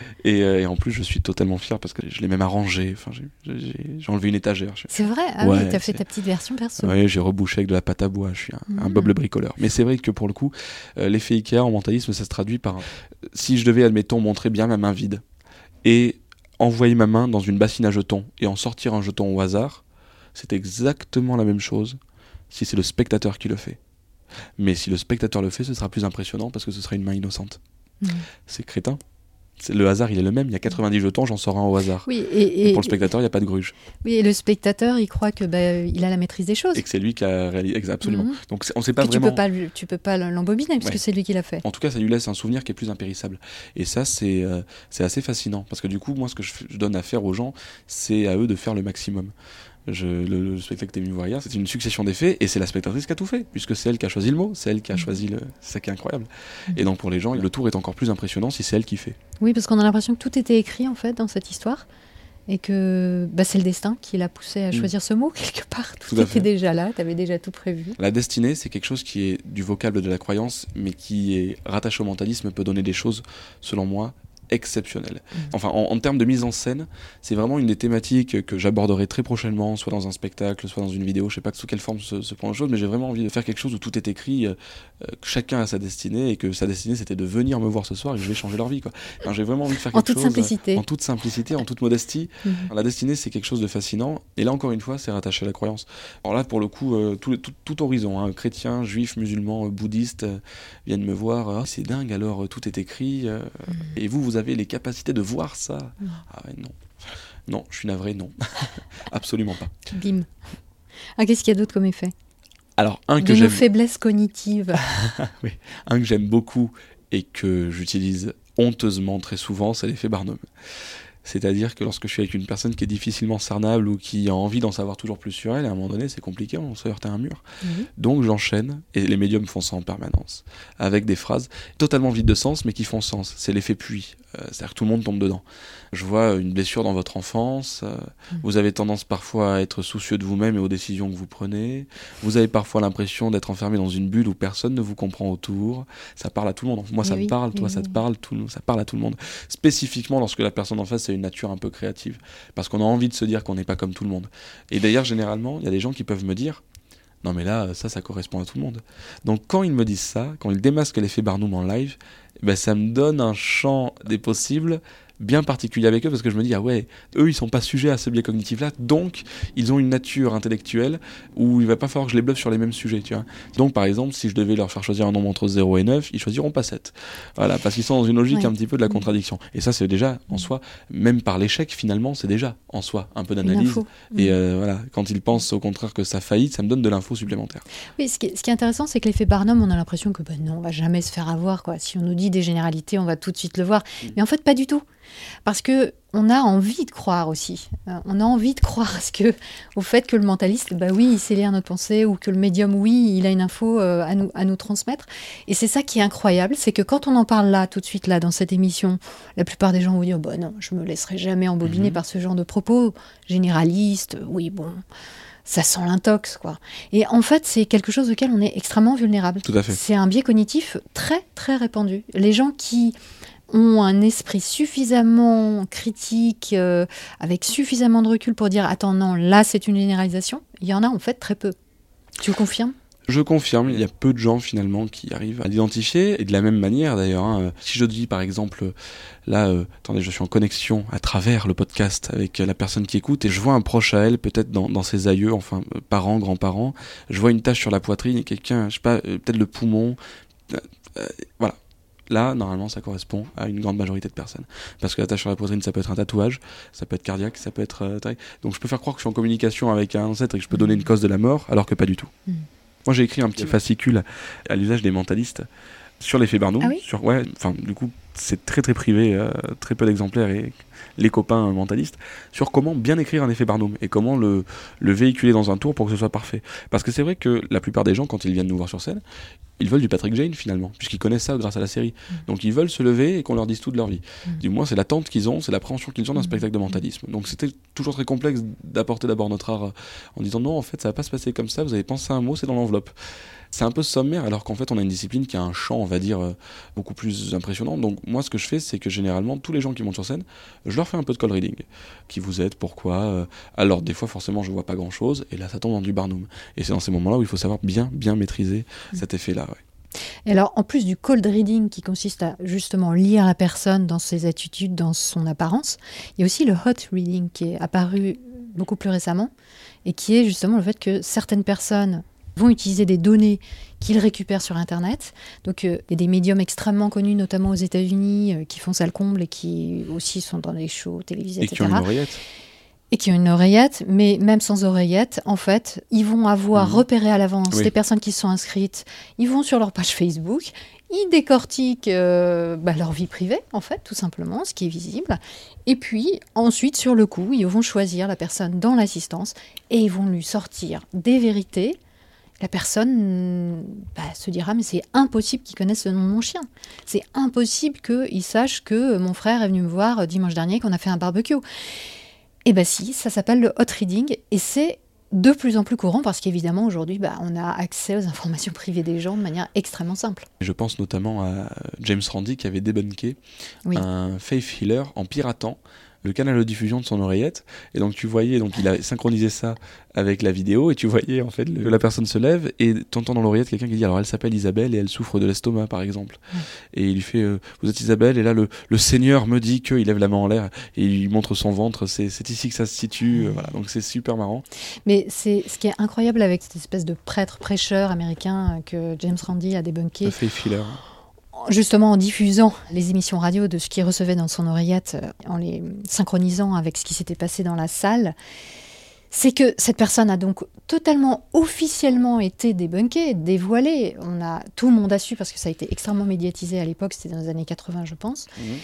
Et en plus, je suis totalement fier parce que je l'ai même arrangé. Enfin, j'ai enlevé une étagère. C'est vrai? Ah ouais, oui, t'as fait ta petite version perso. Oui, j'ai rebouché avec de la pâte à bois. Je suis un Bob le bricoleur. Mais c'est vrai que pour le coup, l'effet Ikea en mentalisme, ça se traduit par... Si je devais, admettons, montrer bien ma main vide et envoyer ma main dans une bassine à jetons et en sortir un jeton au hasard, c'est exactement la même chose si c'est le spectateur qui le fait. Mais si le spectateur le fait, ce sera plus impressionnant parce que ce sera une main innocente. C'est crétin. Le hasard, il est le même. Il y a 90 jetons, j'en sors un au hasard. Oui, et pour le spectateur, il n'y a pas de gruge. Oui, et le spectateur, il croit que il a la maîtrise des choses. Et que c'est lui qui a réalisé. Absolument. Donc on ne sait pas vraiment. Tu peux pas l'embobiner parce que c'est lui qui l'a fait. En tout cas, ça lui laisse un souvenir qui est plus impérissable. Et ça, c'est assez fascinant. Parce que du coup, moi, ce que je donne à faire aux gens, c'est à eux de faire le maximum. Le spectacle que tu es venu voir hier, c'est une succession d'effets et c'est la spectatrice qui a tout fait, puisque c'est elle qui a choisi le mot, c'est elle qui a choisi c'est ça qui est incroyable. Et donc pour les gens, le tour est encore plus impressionnant si c'est elle qui fait. Oui, parce qu'on a l'impression que tout était écrit en fait dans cette histoire et que c'est le destin qui l'a poussé à choisir ce mot quelque part. Tout était déjà là, tu avais déjà tout prévu. La destinée, c'est quelque chose qui est du vocable de la croyance, mais qui est rattaché au mentalisme, peut donner des choses, selon moi, exceptionnel. Enfin, en termes de mise en scène, c'est vraiment une des thématiques que j'aborderai très prochainement, soit dans un spectacle, soit dans une vidéo, je sais pas sous quelle forme se prend la chose, mais j'ai vraiment envie de faire quelque chose où tout est écrit, que chacun a sa destinée, et que sa destinée c'était de venir me voir ce soir et que je vais changer leur vie, quoi. Enfin, j'ai vraiment envie de faire quelque chose en toute simplicité, en toute modestie. La destinée, c'est quelque chose de fascinant, et là encore une fois, c'est rattaché à la croyance. Alors là, pour le coup, tout horizon, chrétiens, juifs, musulmans, bouddhistes, viennent me voir, c'est dingue, alors tout est écrit, et vous avez les capacités de voir ça. Ah ouais, non. Non, je suis navré, non. Absolument pas. Bim. Qu'est-ce qu'il y a d'autre comme effet ? Alors, de nos faiblesses cognitives. Oui. Un que j'aime beaucoup et que j'utilise honteusement très souvent, c'est l'effet Barnum. C'est-à-dire que lorsque je suis avec une personne qui est difficilement cernable ou qui a envie d'en savoir toujours plus sur elle, à un moment donné, c'est compliqué, on se heurte à un mur. Donc j'enchaîne, et les médiums font ça en permanence, avec des phrases totalement vides de sens, mais qui font sens. C'est l'effet puits, c'est-à-dire que tout le monde tombe dedans. Je vois une blessure dans votre enfance, vous avez tendance parfois à être soucieux de vous-même et aux décisions que vous prenez, vous avez parfois l'impression d'être enfermé dans une bulle où personne ne vous comprend autour, ça parle à tout le monde. Moi ça me parle, toi ça te parle, ça parle à tout le monde. Spécifiquement lorsque la personne en face c'est une nature un peu créative, parce qu'on a envie de se dire qu'on n'est pas comme tout le monde. Et d'ailleurs généralement, il y a des gens qui peuvent me dire non mais là, ça correspond à tout le monde. Donc quand ils me disent ça, quand ils démasquent l'effet Barnum en live, ça me donne un champ des possibles bien particulier avec eux, parce que je me dis, ah ouais, eux ils sont pas sujets à ce biais cognitif là, donc ils ont une nature intellectuelle où il va pas falloir que je les bluffe sur les mêmes sujets, tu vois. Donc par exemple, si je devais leur faire choisir un nombre entre 0 et 9, ils choisiront pas 7. Voilà, parce qu'ils sont dans une logique un petit peu de la contradiction. Et ça c'est déjà en soi, même par l'échec finalement, c'est déjà en soi un peu d'analyse. Et voilà, quand ils pensent au contraire que ça faillit, ça me donne de l'info supplémentaire. Oui, ce qui est intéressant, c'est que l'effet Barnum, on a l'impression que non, on va jamais se faire avoir, quoi. Si on nous dit des généralités, on va tout de suite le voir. Mais en fait, pas du tout. Parce que on a envie de croire aussi. On a envie de croire au fait que le mentaliste, oui, il sait lire notre pensée, ou que le médium, oui, il a une info à nous transmettre. Et c'est ça qui est incroyable, c'est que quand on en parle là, tout de suite, là, dans cette émission, la plupart des gens vont dire, non, je me laisserai jamais embobiner par ce genre de propos généralistes. Oui, bon, ça sent l'intox, quoi. Et en fait, c'est quelque chose auquel on est extrêmement vulnérable. Tout à fait. C'est un biais cognitif très, très répandu. Les gens qui ont un esprit suffisamment critique, avec suffisamment de recul pour dire « Attends, non, là, c'est une généralisation », il y en a en fait très peu. Tu confirmes ? Je confirme, il y a peu de gens finalement qui arrivent à l'identifier, et de la même manière d'ailleurs, si je dis par exemple, là, attendez, je suis en connexion à travers le podcast avec la personne qui écoute, et je vois un proche à elle, peut-être dans ses aïeux, enfin parents, grands-parents, je vois une tache sur la poitrine, et quelqu'un, je sais pas, peut-être le poumon, voilà. Là, normalement, ça correspond à une grande majorité de personnes. Parce que la tache sur la poitrine, ça peut être un tatouage, ça peut être cardiaque, ça peut être... Donc je peux faire croire que je suis en communication avec un ancêtre et que je peux donner une cause de la mort, alors que pas du tout. Moi, j'ai écrit un petit fascicule à l'usage des mentalistes sur l'effet Barnum. Ah oui ? Du coup, c'est très très privé, très peu d'exemplaires, et les copains mentalistes, sur comment bien écrire un effet Barnum et comment le véhiculer dans un tour pour que ce soit parfait. Parce que c'est vrai que la plupart des gens, quand ils viennent nous voir sur scène, ils veulent du Patrick Jane finalement, puisqu'ils connaissent ça grâce à la série. Donc ils veulent se lever et qu'on leur dise tout de leur vie. Du moins, c'est l'attente qu'ils ont, c'est l'appréhension qu'ils ont d'un spectacle de mentalisme. Donc c'était toujours très complexe d'apporter d'abord notre art en disant non, en fait, ça va pas se passer comme ça, vous avez pensé à un mot, c'est dans l'enveloppe. C'est un peu sommaire, alors qu'en fait, on a une discipline qui a un champ, on va dire, beaucoup plus impressionnant. Donc moi, ce que je fais, c'est que généralement, tous les gens qui montent sur scène, je leur fais un peu de call reading. Qui vous êtes, pourquoi alors des fois, forcément, je vois pas grand-chose, et là, ça tombe dans du Barnum. Et c'est dans ces moments-là où il faut savoir bien maîtriser cet effet-là. Ouais. Et alors, en plus du cold reading qui consiste à justement lire la personne dans ses attitudes, dans son apparence, il y a aussi le hot reading qui est apparu beaucoup plus récemment et qui est justement le fait que certaines personnes vont utiliser des données qu'ils récupèrent sur Internet. Donc, il y a des médiums extrêmement connus, notamment aux États-Unis, qui font ça le comble et qui aussi sont dans des shows télévisés, etc. Et qui ont une oreillette. Et qui ont une oreillette, mais même sans oreillette, en fait, ils vont avoir repéré à l'avance les personnes qui sont inscrites. Ils vont sur leur page Facebook, ils décortiquent leur vie privée, en fait, tout simplement, ce qui est visible. Et puis, ensuite, sur le coup, ils vont choisir la personne dans l'assistance et ils vont lui sortir des vérités. La personne se dira « mais c'est impossible qu'il connaisse le nom de mon chien. C'est impossible qu'il sache que mon frère est venu me voir dimanche dernier qu'on a fait un barbecue. » Eh bien si, ça s'appelle le hot reading et c'est de plus en plus courant parce qu'évidemment aujourd'hui on a accès aux informations privées des gens de manière extrêmement simple. Je pense notamment à James Randi qui avait débunké un faith healer en piratant le canal de diffusion de son oreillette, et donc tu voyais, donc il a synchronisé ça avec la vidéo, et tu voyais en fait la personne se lève et t'entends dans l'oreillette quelqu'un qui dit alors elle s'appelle Isabelle et elle souffre de l'estomac par exemple, et il lui fait vous êtes Isabelle, et là le Seigneur me dit qu'il lève la main en l'air et il lui montre son ventre, c'est ici que ça se situe, voilà, donc c'est super marrant. Mais c'est ce qui est incroyable avec cette espèce de prêtre-prêcheur américain que James Randi a débunké. Le faith healer. Justement en diffusant les émissions radio de ce qu'il recevait dans son oreillette, en les synchronisant avec ce qui s'était passé dans la salle, c'est que cette personne a donc totalement officiellement été débunkée, dévoilée. Tout le monde a su parce que ça a été extrêmement médiatisé à l'époque, c'était dans les années 80 je pense.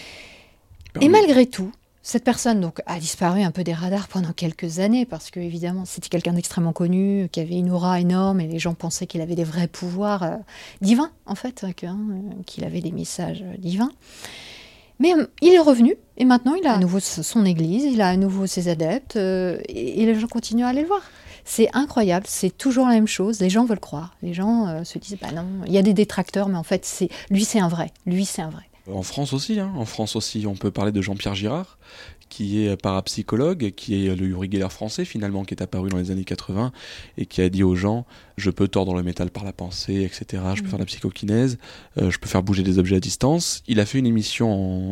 Et malgré tout, cette personne donc, a disparu un peu des radars pendant quelques années parce que évidemment c'était quelqu'un d'extrêmement connu, qui avait une aura énorme et les gens pensaient qu'il avait des vrais pouvoirs divins en fait, qu'il avait des messages divins. Mais il est revenu et maintenant il a à nouveau son église, il a à nouveau ses adeptes et les gens continuent à aller le voir. C'est incroyable, c'est toujours la même chose, les gens veulent croire, les gens se disent non, il y a des détracteurs mais en fait lui c'est un vrai. En France aussi, on peut parler de Jean-Pierre Girard, qui est parapsychologue, qui est le Uri Geller français finalement, qui est apparu dans les années 80 et qui a dit aux gens je peux tordre le métal par la pensée, etc. Je peux faire de la psychokinèse, je peux faire bouger des objets à distance. Il a fait une émission en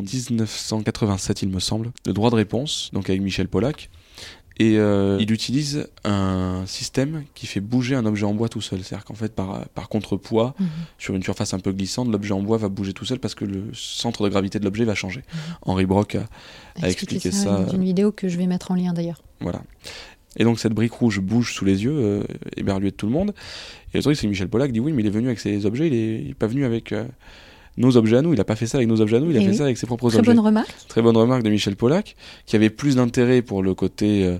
1987, il me semble, de droit de réponse, donc avec Michel Pollack. Et il utilise un système qui fait bouger un objet en bois tout seul. C'est-à-dire qu'en fait, par contrepoids, sur une surface un peu glissante, l'objet en bois va bouger tout seul parce que le centre de gravité de l'objet va changer. Henri Brock a expliqué ça. Dans une vidéo que je vais mettre en lien d'ailleurs. Voilà. Et donc cette brique rouge bouge sous les yeux, éberluée de tout le monde. Et le truc, c'est que Michel Pollack dit oui, mais il est venu avec ses objets, il n'est pas venu avec... nos objets à nous, il n'a pas fait ça avec nos objets à nous, il a fait ça avec ses propres objets. Très bonne remarque. Très bonne remarque de Michel Pollack, qui avait plus d'intérêt pour le côté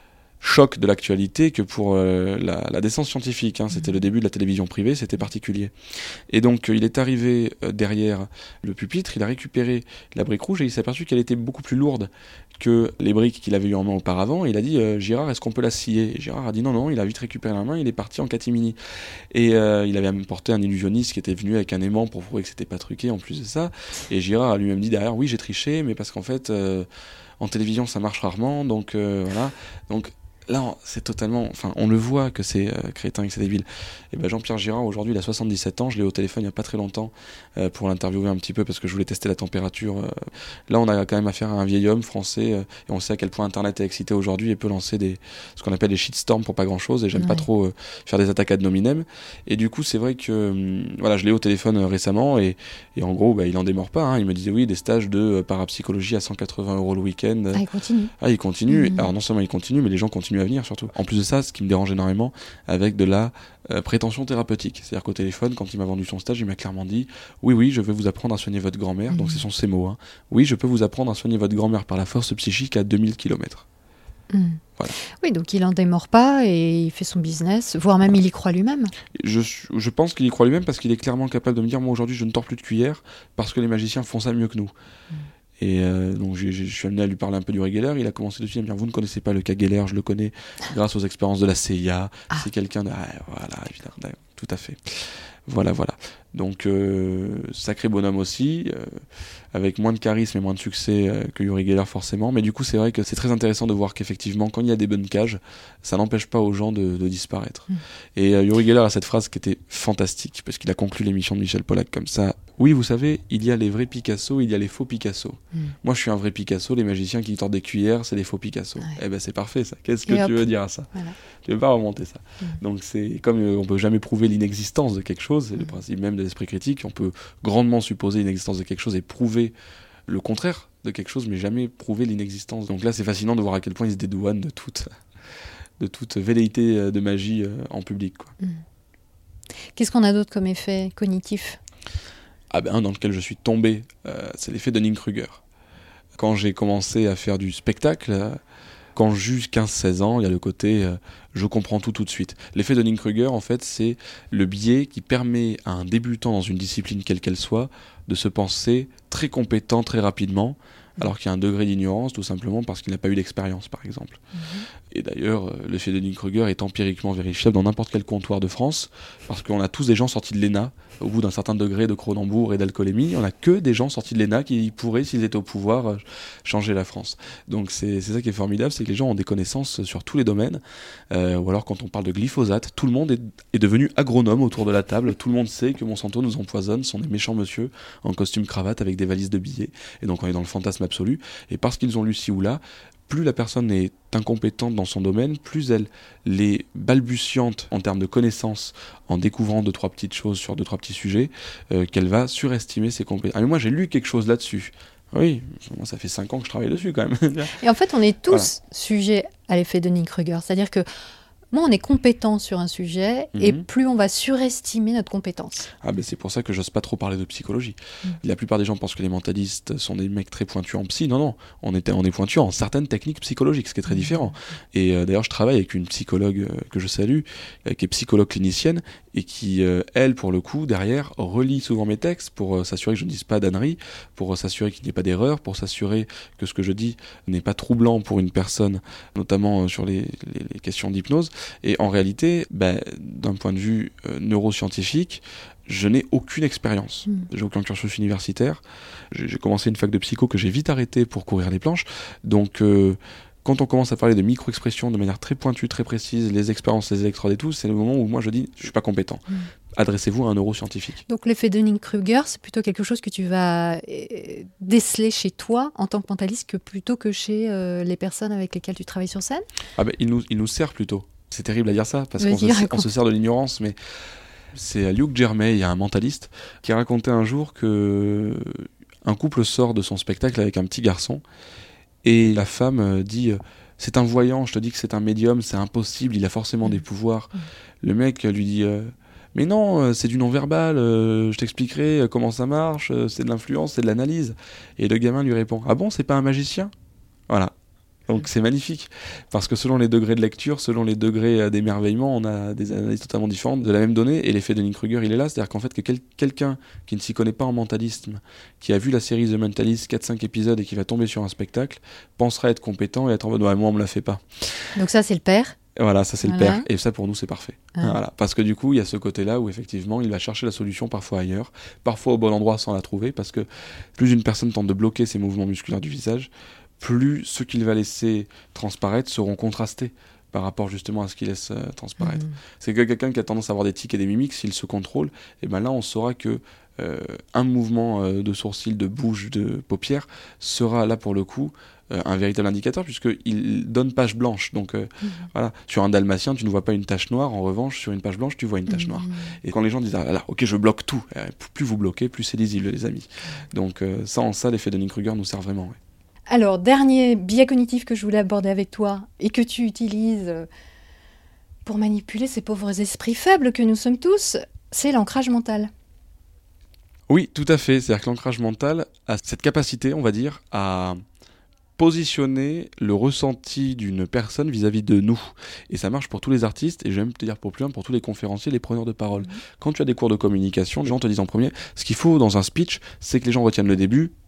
choc de l'actualité que pour la décence scientifique. C'était le début de la télévision privée, c'était particulier. Et donc il est arrivé derrière le pupitre, il a récupéré la brique rouge et il s'est aperçu qu'elle était beaucoup plus lourde que les briques qu'il avait eu en main auparavant. Et il a dit Girard, est-ce qu'on peut la scier? Et Girard a dit non, il a vite récupéré la main, il est parti en catimini. Et il avait apporté un illusionniste qui était venu avec un aimant pour prouver que c'était pas truqué en plus de ça. Et Girard a lui-même dit derrière oui, j'ai triché, mais parce qu'en fait en télévision ça marche rarement, donc voilà. Donc là, c'est totalement... Enfin, on le voit que c'est crétin et que c'est débile. Et ben Jean-Pierre Girard, aujourd'hui, il a 77 ans. Je l'ai au téléphone il n'y a pas très longtemps pour l'interviewer un petit peu parce que je voulais tester la température. Là, on a quand même affaire à un vieil homme français et on sait à quel point Internet est excité aujourd'hui et peut lancer ce qu'on appelle des shitstorms pour pas grand-chose. Et j'aime pas trop faire des attaques ad hominem. Et du coup, c'est vrai que... voilà, je l'ai au téléphone récemment et en gros, il en démord pas. Il me disait oui, des stages de parapsychologie à 180 € le week-end. Il continue. Il continue. Alors non seulement il continue, mais les gens continuent à venir surtout. En plus de ça, ce qui me dérange énormément, avec de la prétention thérapeutique. C'est-à-dire qu'au téléphone, quand il m'a vendu son stage, il m'a clairement dit oui, je vais vous apprendre à soigner votre grand-mère. Donc ce sont ces mots. Oui, je peux vous apprendre à soigner votre grand-mère par la force psychique à 2000 km. Voilà. Oui, donc il en démord pas et il fait son business, voire même il y croit lui-même. Je pense qu'il y croit lui-même parce qu'il est clairement capable de me dire moi aujourd'hui je ne tords plus de cuillère parce que les magiciens font ça mieux que nous. Et donc je suis amené à lui parler un peu du Uri Geller. Il a commencé tout de suite à me dire vous ne connaissez pas le cas Geller, je le connais grâce aux expériences de la CIA. C'est quelqu'un de... voilà, évidemment. tout à fait. Voilà. Donc, sacré bonhomme aussi, avec moins de charisme et moins de succès que Uri Geller forcément, mais du coup c'est vrai que c'est très intéressant de voir qu'effectivement quand il y a des bonnes cages, ça n'empêche pas aux gens de disparaître. Et Uri Geller a cette phrase qui était fantastique, parce qu'il a conclu l'émission de Michel Pollack comme ça. Oui, vous savez, il y a les vrais Picasso, il y a les faux Picasso. Moi je suis un vrai Picasso, les magiciens qui tordent des cuillères, c'est des faux Picasso. Ouais. Eh ben c'est parfait ça, qu'est-ce que tu veux dire à ça? Voilà. Tu veux pas remonter ça. Donc c'est comme on peut jamais prouver l'inexistence de quelque chose, c'est le principe même de l'esprit critique, on peut grandement supposer l'inexistence de quelque chose et prouver le contraire de quelque chose, mais jamais prouver l'inexistence. Donc là c'est fascinant de voir à quel point il se dédouane de toute velléité de magie en public, quoi. Qu'est-ce qu'on a d'autre comme effet cognitif? Dans lequel je suis tombé, c'est l'effet Dunning-Kruger. Quand j'ai commencé à faire du spectacle, quand j'eus 15-16 ans, il y a le côté je comprends tout de suite. L'effet Dunning-Kruger, en fait, c'est le biais qui permet à un débutant dans une discipline quelle qu'elle soit de se penser très compétent très rapidement, alors qu'il y a un degré d'ignorance, tout simplement parce qu'il n'a pas eu d'expérience, par exemple. Et d'ailleurs, l'effet Dunning-Kruger est empiriquement vérifiable dans n'importe quel comptoir de France, parce qu'on a tous des gens sortis de l'ENA, au bout d'un certain degré de Cronenbourg et d'alcoolémie, on n'a que des gens sortis de l'ENA qui pourraient, s'ils étaient au pouvoir, changer la France. Donc c'est ça qui est formidable, c'est que les gens ont des connaissances sur tous les domaines, ou alors quand on parle de glyphosate, tout le monde est devenu agronome autour de la table, tout le monde sait que Monsanto nous empoisonne, sont des méchants monsieur en costume cravate avec des valises de billets, et donc on est dans le fantasme absolu, et parce qu'ils ont lu ci ou là, plus la personne est incompétente dans son domaine, plus elle est balbutiante en termes de connaissances, en découvrant 2-3 petites choses sur 2-3 petits sujets, qu'elle va surestimer ses compétences. Mais moi j'ai lu quelque chose là-dessus. Oui, moi ça fait 5 ans que je travaille dessus quand même. Et en fait on est tous sujets à l'effet Dunning-Kruger, c'est-à-dire que moins on est compétent sur un sujet, et plus on va surestimer notre compétence. C'est pour ça que j'ose pas trop parler de psychologie. La plupart des gens pensent que les mentalistes sont des mecs très pointus en psy. Non, on est pointus en certaines techniques psychologiques, ce qui est très différent. Et d'ailleurs, je travaille avec une psychologue que je salue, qui est psychologue clinicienne, et qui, elle, pour le coup, derrière, relit souvent mes textes pour s'assurer que je ne dise pas d'âneries, pour s'assurer qu'il n'y ait pas d'erreur, pour s'assurer que ce que je dis n'est pas troublant pour une personne, notamment sur les questions d'hypnose. Et en réalité, d'un point de vue neuroscientifique, je n'ai aucune expérience. J'ai aucun cursus universitaire. J'ai commencé une fac de psycho que j'ai vite arrêtée pour courir les planches. Donc, quand on commence à parler de micro-expression de manière très pointue, très précise, les expériences, les électrodes et tout, c'est le moment où moi je dis, je suis pas compétent. Adressez-vous à un neuroscientifique. Donc l'effet Dunning-Kruger, c'est plutôt quelque chose que tu vas déceler chez toi en tant que mentaliste plutôt que chez les personnes avec lesquelles tu travailles sur scène? Il nous sert plutôt. C'est terrible à dire ça, parce qu'on se sert de l'ignorance, mais c'est Luke Jermay, un mentaliste, qui a raconté un jour que un couple sort de son spectacle avec un petit garçon, et la femme dit « C'est un voyant, je te dis que c'est un médium, c'est impossible, il a forcément des pouvoirs. » Le mec lui dit « Mais non, c'est du non-verbal, je t'expliquerai comment ça marche, c'est de l'influence, c'est de l'analyse. » Et le gamin lui répond « Ah bon, c'est pas un magicien ?» Voilà. Donc c'est magnifique, parce que selon les degrés de lecture, selon les degrés d'émerveillement, on a des analyses totalement différentes de la même donnée, et l'effet de Dunning-Kruger, il est là, c'est-à-dire qu'en fait, que quelqu'un qui ne s'y connaît pas en mentalisme, qui a vu la série The Mentalist, 4-5 épisodes, et qui va tomber sur un spectacle, pensera être compétent et être en mode « Ouais, moi on me la fait pas ». Donc ça c'est le père. Voilà, ça c'est le père, et ça pour nous c'est parfait. Voilà. Parce que du coup, il y a ce côté-là où effectivement, il va chercher la solution parfois ailleurs, parfois au bon endroit sans la trouver, parce que plus une personne tente de bloquer ses mouvements musculaires du visage, plus ceux qu'il va laisser transparaître seront contrastés par rapport justement à ce qu'il laisse transparaître. C'est que quelqu'un qui a tendance à avoir des tics et des mimiques, s'il se contrôle, et là on saura que un mouvement de sourcil, de bouche, de paupière sera là pour le coup un véritable indicateur, puisqu'il donne page blanche. Donc voilà, sur un dalmatien, tu ne vois pas une tache noire, en revanche, sur une page blanche, tu vois une tache noire. Et quand les gens disent « Ah là, ok, je bloque tout », plus vous bloquez, plus c'est lisible, les amis. Donc ça, l'effet de Dunning-Kruger nous sert vraiment, ouais. Alors, dernier biais cognitif que je voulais aborder avec toi et que tu utilises pour manipuler ces pauvres esprits faibles que nous sommes tous, c'est l'ancrage mental. Oui, tout à fait. C'est-à-dire que l'ancrage mental a cette capacité, on va dire, à positionner le ressenti d'une personne vis-à-vis de nous. Et ça marche pour tous les artistes, et je vais même te dire pour plus loin, pour tous les conférenciers, les preneurs de parole. Quand tu as des cours de communication, les gens te disent en premier, ce qu'il faut dans un speech, c'est que les gens retiennent le début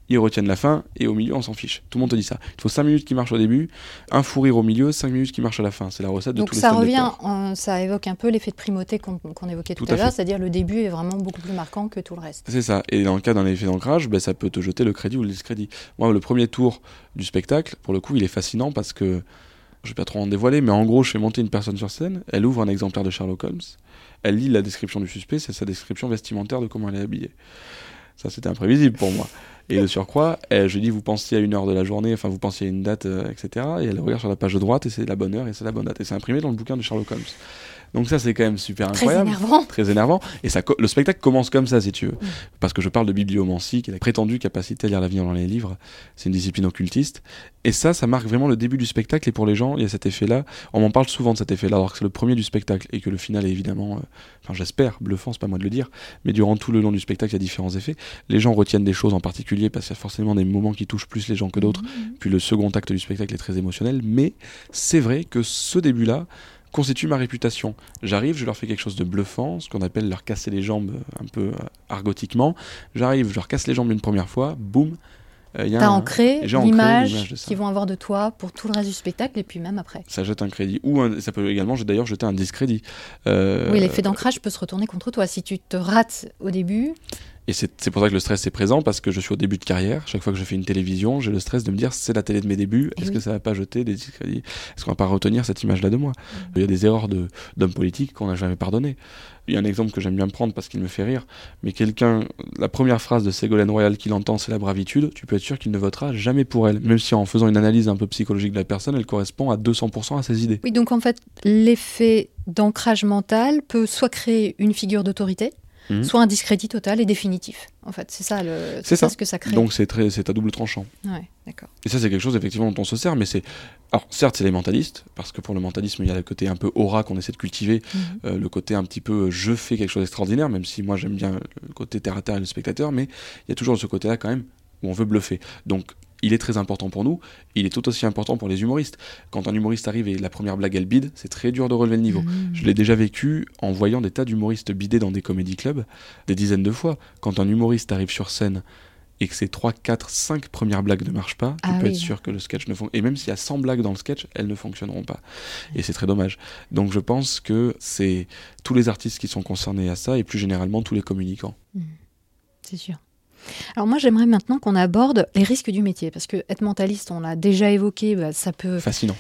ils retiennent la fin, et au milieu, on s'en fiche. Tout le monde te dit ça. Il faut 5 minutes qui marchent au début, un fou rire au milieu, 5 minutes qui marchent à la fin. C'est la recette de Donc tous les ça stand-uppers. revient, ça évoque un peu l'effet de primauté qu'on évoquait tout Tout à à l'heure, fait. c'est-à-dire le début est vraiment beaucoup plus marquant que tout le reste. C'est ça. Et dans le cas d'un effet d'ancrage, ça peut te jeter le crédit ou le discrédit. Moi, le premier tour du spectacle, pour le coup, il est fascinant parce que, je vais pas trop en dévoiler, mais en gros, je fais monter une personne sur scène, elle ouvre un exemplaire de Sherlock Holmes, elle lit la description du suspect, c'est sa description vestimentaire de comment elle est habillée. Ça, c'était imprévisible pour moi. Et de surcroît, je lui dis, vous pensiez à une heure de la journée, enfin, vous pensiez à une date, etc. Et elle regarde sur la page de droite, et c'est la bonne heure, et c'est la bonne date. Et c'est imprimé dans le bouquin de Sherlock Holmes. Donc ça, c'est quand même super incroyable. Très énervant. Et le spectacle commence comme ça, si tu veux. Parce que je parle de bibliomancie, qui est la prétendue capacité à lire l'avenir dans les livres. C'est une discipline occultiste. Et ça marque vraiment le début du spectacle. Et pour les gens, il y a cet effet-là. On m'en parle souvent de cet effet-là, alors que c'est le premier du spectacle. Et que le final est évidemment, j'espère, bluffant, c'est pas moi de le dire. Mais durant tout le long du spectacle, il y a différents effets. Les gens retiennent des choses en particulier, parce qu'il y a forcément des moments qui touchent plus les gens que d'autres. Puis le second acte du spectacle est très émotionnel. Mais c'est vrai que ce début-là constitue ma réputation. J'arrive, je leur fais quelque chose de bluffant, ce qu'on appelle leur casser les jambes un peu argotiquement. J'arrive, je leur casse les jambes une première fois, boum. T'as ancré l'image de ça. qu'ils vont avoir de toi pour tout le reste du spectacle et puis même après. Ça jette un crédit. Ou ça peut également d'ailleurs jeter un discrédit. Oui, l'effet d'ancrage peut se retourner contre toi. Si tu te rates au début... Et c'est pour ça que le stress est présent, parce que je suis au début de carrière. Chaque fois que je fais une télévision, j'ai le stress de me dire, c'est la télé de mes débuts, est-ce que ça va pas jeter des discrédits ? Est-ce qu'on va pas retenir cette image-là de moi ? Il y a des erreurs d'hommes politiques qu'on n'a jamais pardonnées. Il y a un exemple que j'aime bien prendre parce qu'il me fait rire, mais la première phrase de Ségolène Royal qu'il entend, c'est la bravitude, tu peux être sûr qu'il ne votera jamais pour elle, même si en faisant une analyse un peu psychologique de la personne, elle correspond à 200% à ses idées. Oui, donc en fait, l'effet d'ancrage mental peut soit créer une figure d'autorité, soit un discrédit total et définitif. En fait, c'est ça ce que ça crée. Donc c'est à double tranchant. Ouais, d'accord. Et ça, c'est quelque chose effectivement dont on se sert, mais alors certes, c'est les mentalistes, parce que pour le mentalisme, il y a le côté un peu aura qu'on essaie de cultiver, le côté un petit peu je fais quelque chose d'extraordinaire, même si moi j'aime bien le côté terre à terre et le spectateur, mais il y a toujours ce côté-là quand même où on veut bluffer. Donc il est très important pour nous, il est tout aussi important pour les humoristes. Quand un humoriste arrive et la première blague elle bide, c'est très dur de relever le niveau. Je l'ai déjà vécu en voyant des tas d'humoristes bider dans des comédie clubs, des dizaines de fois. Quand un humoriste arrive sur scène et que ces 3, 4, 5 premières blagues ne marchent pas, tu peux être sûr que le sketch ne fonctionne. Et même s'il y a 100 blagues dans le sketch, elles ne fonctionneront pas. Et c'est très dommage. Donc je pense que c'est tous les artistes qui sont concernés à ça, et plus généralement tous les communicants. C'est sûr. Alors moi, j'aimerais maintenant qu'on aborde les risques du métier, parce que être mentaliste, on l'a déjà évoqué, ça peut... Fascinant.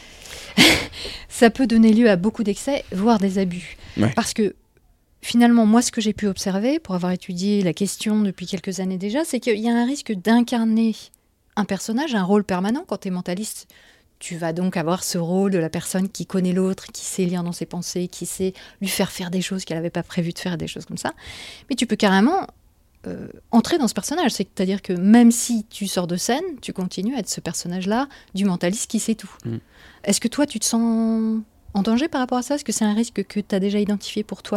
Ça peut donner lieu à beaucoup d'excès, voire des abus. Ouais. Parce que finalement, moi, ce que j'ai pu observer, pour avoir étudié la question depuis quelques années déjà, c'est qu'il y a un risque d'incarner un personnage, un rôle permanent. Quand tu es mentaliste, tu vas donc avoir ce rôle de la personne qui connaît l'autre, qui sait lire dans ses pensées, qui sait lui faire des choses qu'elle n'avait pas prévu de faire, des choses comme ça. Mais tu peux carrément... entrer dans ce personnage, c'est-à-dire que même si tu sors de scène, tu continues à être ce personnage-là du mentaliste qui sait tout. Est-ce que toi, tu te sens en danger par rapport à ça ? Est-ce que c'est un risque que tu as déjà identifié pour toi-même ?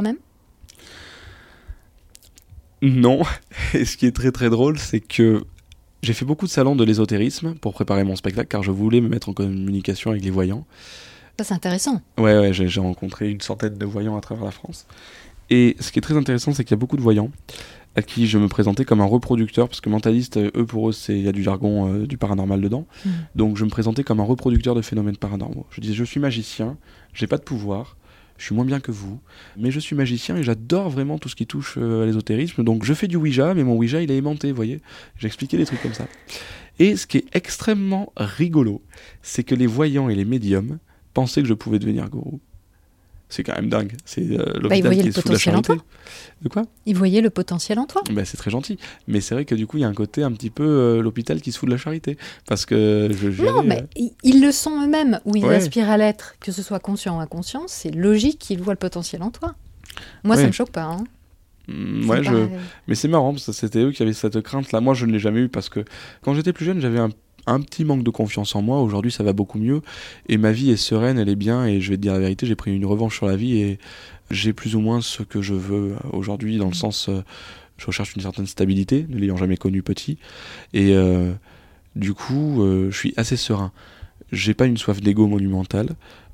Non. Et ce qui est très très drôle, c'est que j'ai fait beaucoup de salons de l'ésotérisme pour préparer mon spectacle, car je voulais me mettre en communication avec les voyants. Ça, c'est intéressant. Ouais, j'ai rencontré une centaine de voyants à travers la France. Et ce qui est très intéressant, c'est qu'il y a beaucoup de voyants à qui je me présentais comme un reproducteur, parce que mentaliste, pour eux, il y a du jargon, du paranormal dedans. Donc je me présentais comme un reproducteur de phénomènes paranormaux. Je disais, je suis magicien, j'ai pas de pouvoir, je suis moins bien que vous, mais je suis magicien et j'adore vraiment tout ce qui touche à l'ésotérisme. Donc je fais du Ouija, mais mon Ouija, il est aimanté, vous voyez. J'expliquais des trucs comme ça. Et ce qui est extrêmement rigolo, c'est que les voyants et les médiums pensaient que je pouvais devenir gourou. C'est quand même dingue. C'est l'hôpital qui est sous la charité. De quoi ? Ils voyaient le potentiel en toi. C'est très gentil. Mais c'est vrai que du coup, il y a un côté un petit peu l'hôpital qui se fout de la charité. Parce que ils le sont eux-mêmes, ou ils aspirent à l'être, que ce soit conscient ou inconscient. C'est logique qu'ils voient le potentiel en toi. Moi, ça me choque pas. Mais c'est marrant, parce que c'était eux qui avaient cette crainte-là. Moi, je ne l'ai jamais eu, parce que quand j'étais plus jeune, j'avais un petit manque de confiance en moi. Aujourd'hui, ça va beaucoup mieux. Et ma vie est sereine, elle est bien. Et je vais te dire la vérité, j'ai pris une revanche sur la vie et j'ai plus ou moins ce que je veux aujourd'hui, dans le sens, je recherche une certaine stabilité, ne l'ayant jamais connu petit. Et du coup, je suis assez serein. J'ai pas une soif d'ego monumentale.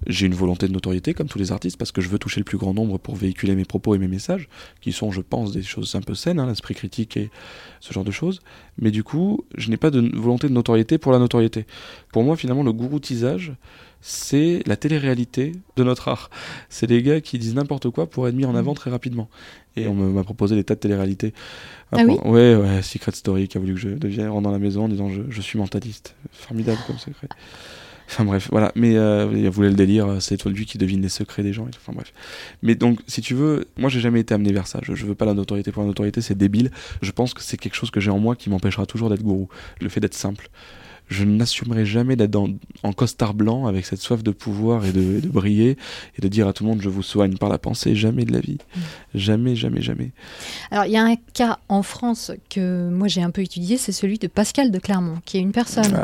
J'ai une volonté de notoriété, comme tous les artistes, parce que je veux toucher le plus grand nombre pour véhiculer mes propos et mes messages, qui sont, je pense, des choses un peu saines, l'esprit critique et ce genre de choses. Mais du coup, je n'ai pas de volonté de notoriété pour la notoriété. Pour moi, finalement, le gouroutisage, c'est la télé-réalité de notre art. C'est des gars qui disent n'importe quoi pour être mis en avant très rapidement. Et on m'a proposé des tas de télé-réalités. Oui. Ouais, Secret Story qui a voulu que je devienne rentre dans la maison en disant je suis mentaliste. Formidable comme secret. Enfin bref, voilà. Mais il voulait le délire, c'est toi lui qui devine les secrets des gens. Enfin bref. Mais donc, si tu veux, moi j'ai jamais été amené vers ça. Je veux pas la notoriété pour la notoriété, c'est débile. Je pense que c'est quelque chose que j'ai en moi qui m'empêchera toujours d'être gourou. Le fait d'être simple. Je n'assumerai jamais d'être en costard blanc avec cette soif de pouvoir et de briller et de dire à tout le monde je vous soigne par la pensée. Jamais de la vie. Jamais, jamais, jamais. Alors, il y a un cas en France que moi j'ai un peu étudié, c'est celui de Pascal de Clermont, qui est une personne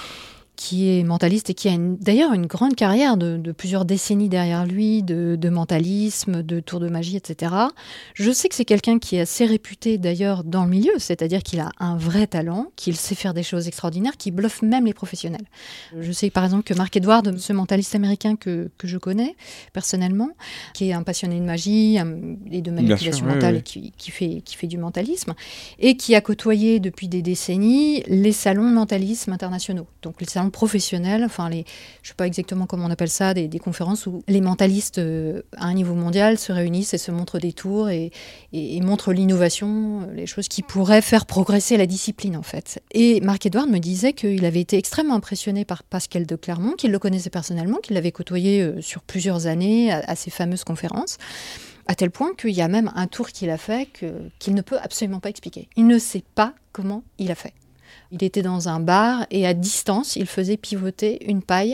qui est mentaliste et qui a d'ailleurs une grande carrière de plusieurs décennies derrière lui, de mentalisme, de tours de magie, etc. Je sais que c'est quelqu'un qui est assez réputé d'ailleurs dans le milieu, c'est-à-dire qu'il a un vrai talent, qu'il sait faire des choses extraordinaires, qui bluffe même les professionnels. Je sais par exemple que Mark Edward, ce mentaliste américain que je connais personnellement, qui est un passionné de magie et de manipulation mentale, oui. Qui fait du mentalisme, et qui a côtoyé depuis des décennies les salons de mentalisme internationaux, donc les salons professionnels, enfin je ne sais pas exactement comment on appelle ça, des conférences où les mentalistes à un niveau mondial se réunissent et se montrent des tours et montrent l'innovation, les choses qui pourraient faire progresser la discipline en fait. Et Mark Edward me disait qu'il avait été extrêmement impressionné par Pascal de Clermont, qu'il le connaissait personnellement, qu'il l'avait côtoyé sur plusieurs années à ces fameuses conférences, à tel point qu'il y a même un tour qu'il a fait qu'il ne peut absolument pas expliquer. Il ne sait pas comment il a fait. Il était dans un bar et à distance, il faisait pivoter une paille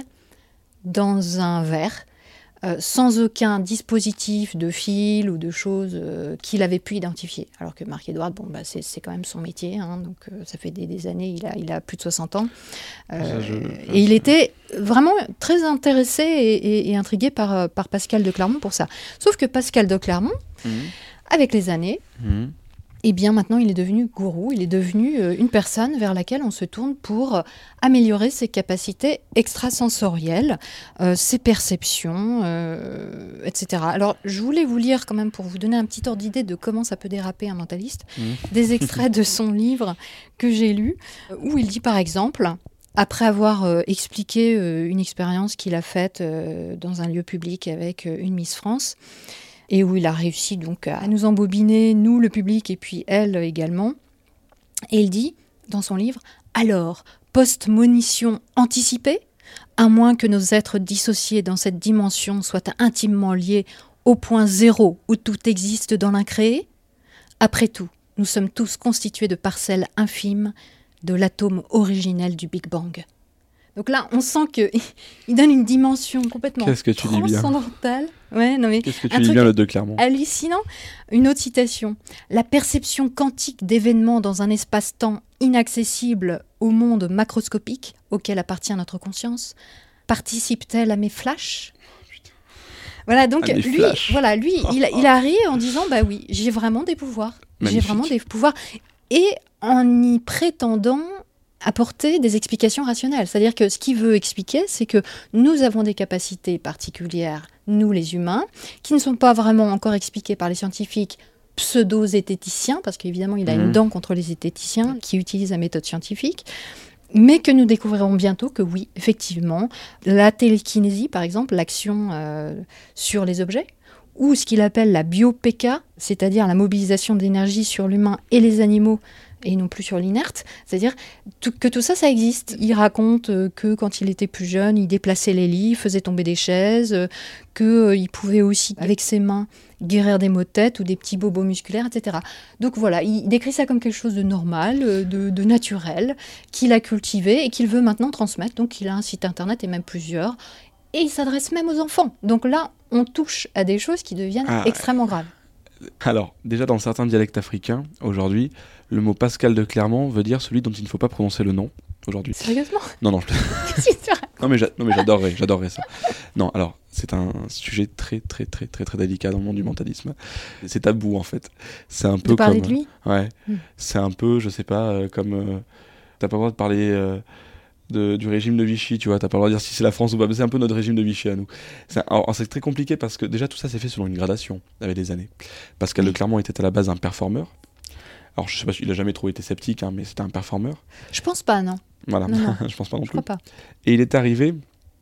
dans un verre sans aucun dispositif de fil ou de choses qu'il avait pu identifier. Alors que Mark Edward, c'est quand même son métier, donc ça fait des années, il a plus de 60 ans. Et il était vraiment très intéressé et intrigué par Pascal de Clermont pour ça. Sauf que Pascal de Clermont, avec les années... Eh bien, maintenant, il est devenu gourou, il est devenu une personne vers laquelle on se tourne pour améliorer ses capacités extrasensorielles, ses perceptions, etc. Alors, je voulais vous lire quand même, pour vous donner un petit ordre d'idée de comment ça peut déraper un mentaliste, des extraits de son livre que j'ai lu, où il dit par exemple... Après avoir expliqué une expérience qu'il a faite dans un lieu public avec une Miss France, et où il a réussi donc à nous embobiner, nous le public, et puis elle également. Et il dit, dans son livre, « Alors, post-monition anticipée, à moins que nos êtres dissociés dans cette dimension soient intimement liés au point zéro où tout existe dans l'incréé, après tout, nous sommes tous constitués de parcelles infimes de l'atome originel du Big Bang. » Donc là, on sent qu'il donne une dimension complètement transcendantale. Ouais, non mais qu'est-ce que tu dis bien, le de Clermont. Hallucinant. Une autre citation. La perception quantique d'événements dans un espace-temps inaccessible au monde macroscopique auquel appartient notre conscience participe-t-elle à mes flashs ? Voilà, donc lui, il a ri en disant bah oui, j'ai vraiment des pouvoirs. Magnifique. J'ai vraiment des pouvoirs. Et en y prétendant apporter des explications rationnelles. C'est-à-dire que ce qu'il veut expliquer, c'est que nous avons des capacités particulières, nous les humains, qui ne sont pas vraiment encore expliquées par les scientifiques pseudo-zététiciens, parce qu'évidemment, il a une dent contre les zététiciens qui utilisent la méthode scientifique, mais que nous découvrirons bientôt que oui, effectivement, la télékinésie, par exemple, l'action sur les objets, ou ce qu'il appelle la bio-PK, c'est-à-dire la mobilisation d'énergie sur l'humain et les animaux, et non plus sur l'inerte, c'est-à-dire que tout ça, ça existe. Il raconte que quand il était plus jeune, il déplaçait les lits, faisait tomber des chaises, qu'il pouvait aussi, avec ses mains, guérir des maux de tête ou des petits bobos musculaires, etc. Donc voilà, il décrit ça comme quelque chose de normal, de naturel, qu'il a cultivé et qu'il veut maintenant transmettre. Donc il a un site internet et même plusieurs, et il s'adresse même aux enfants. Donc là, on touche à des choses qui deviennent extrêmement graves. Alors, déjà dans certains dialectes africains, aujourd'hui, le mot Pascal de Clermont veut dire celui dont il ne faut pas prononcer le nom, aujourd'hui. Sérieusement ? Non. Qu'est-ce que tu racontes ? Non mais j'adorerais ça. Non, alors, c'est un sujet très très très très très délicat dans le monde du mentalisme. C'est tabou en fait. C'est un peu de parler comme... de lui ? Ouais. C'est un peu, je sais pas, comme... t'as pas le droit de parler du régime de Vichy, tu vois, t'as pas le droit de dire si c'est la France ou pas, mais c'est un peu notre régime de Vichy à nous. C'est très compliqué parce que déjà tout ça s'est fait selon une gradation avec des années. Pascal de Clermont était à la base un performeur. Alors je sais pas, il a jamais trop été sceptique, hein, mais c'était un performeur. Je pense pas, non. Voilà, Non. je pense pas non Je plus. crois pas. Et il est arrivé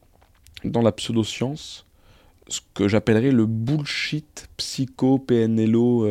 dans la pseudo-science, ce que j'appellerais le bullshit psycho, PNLO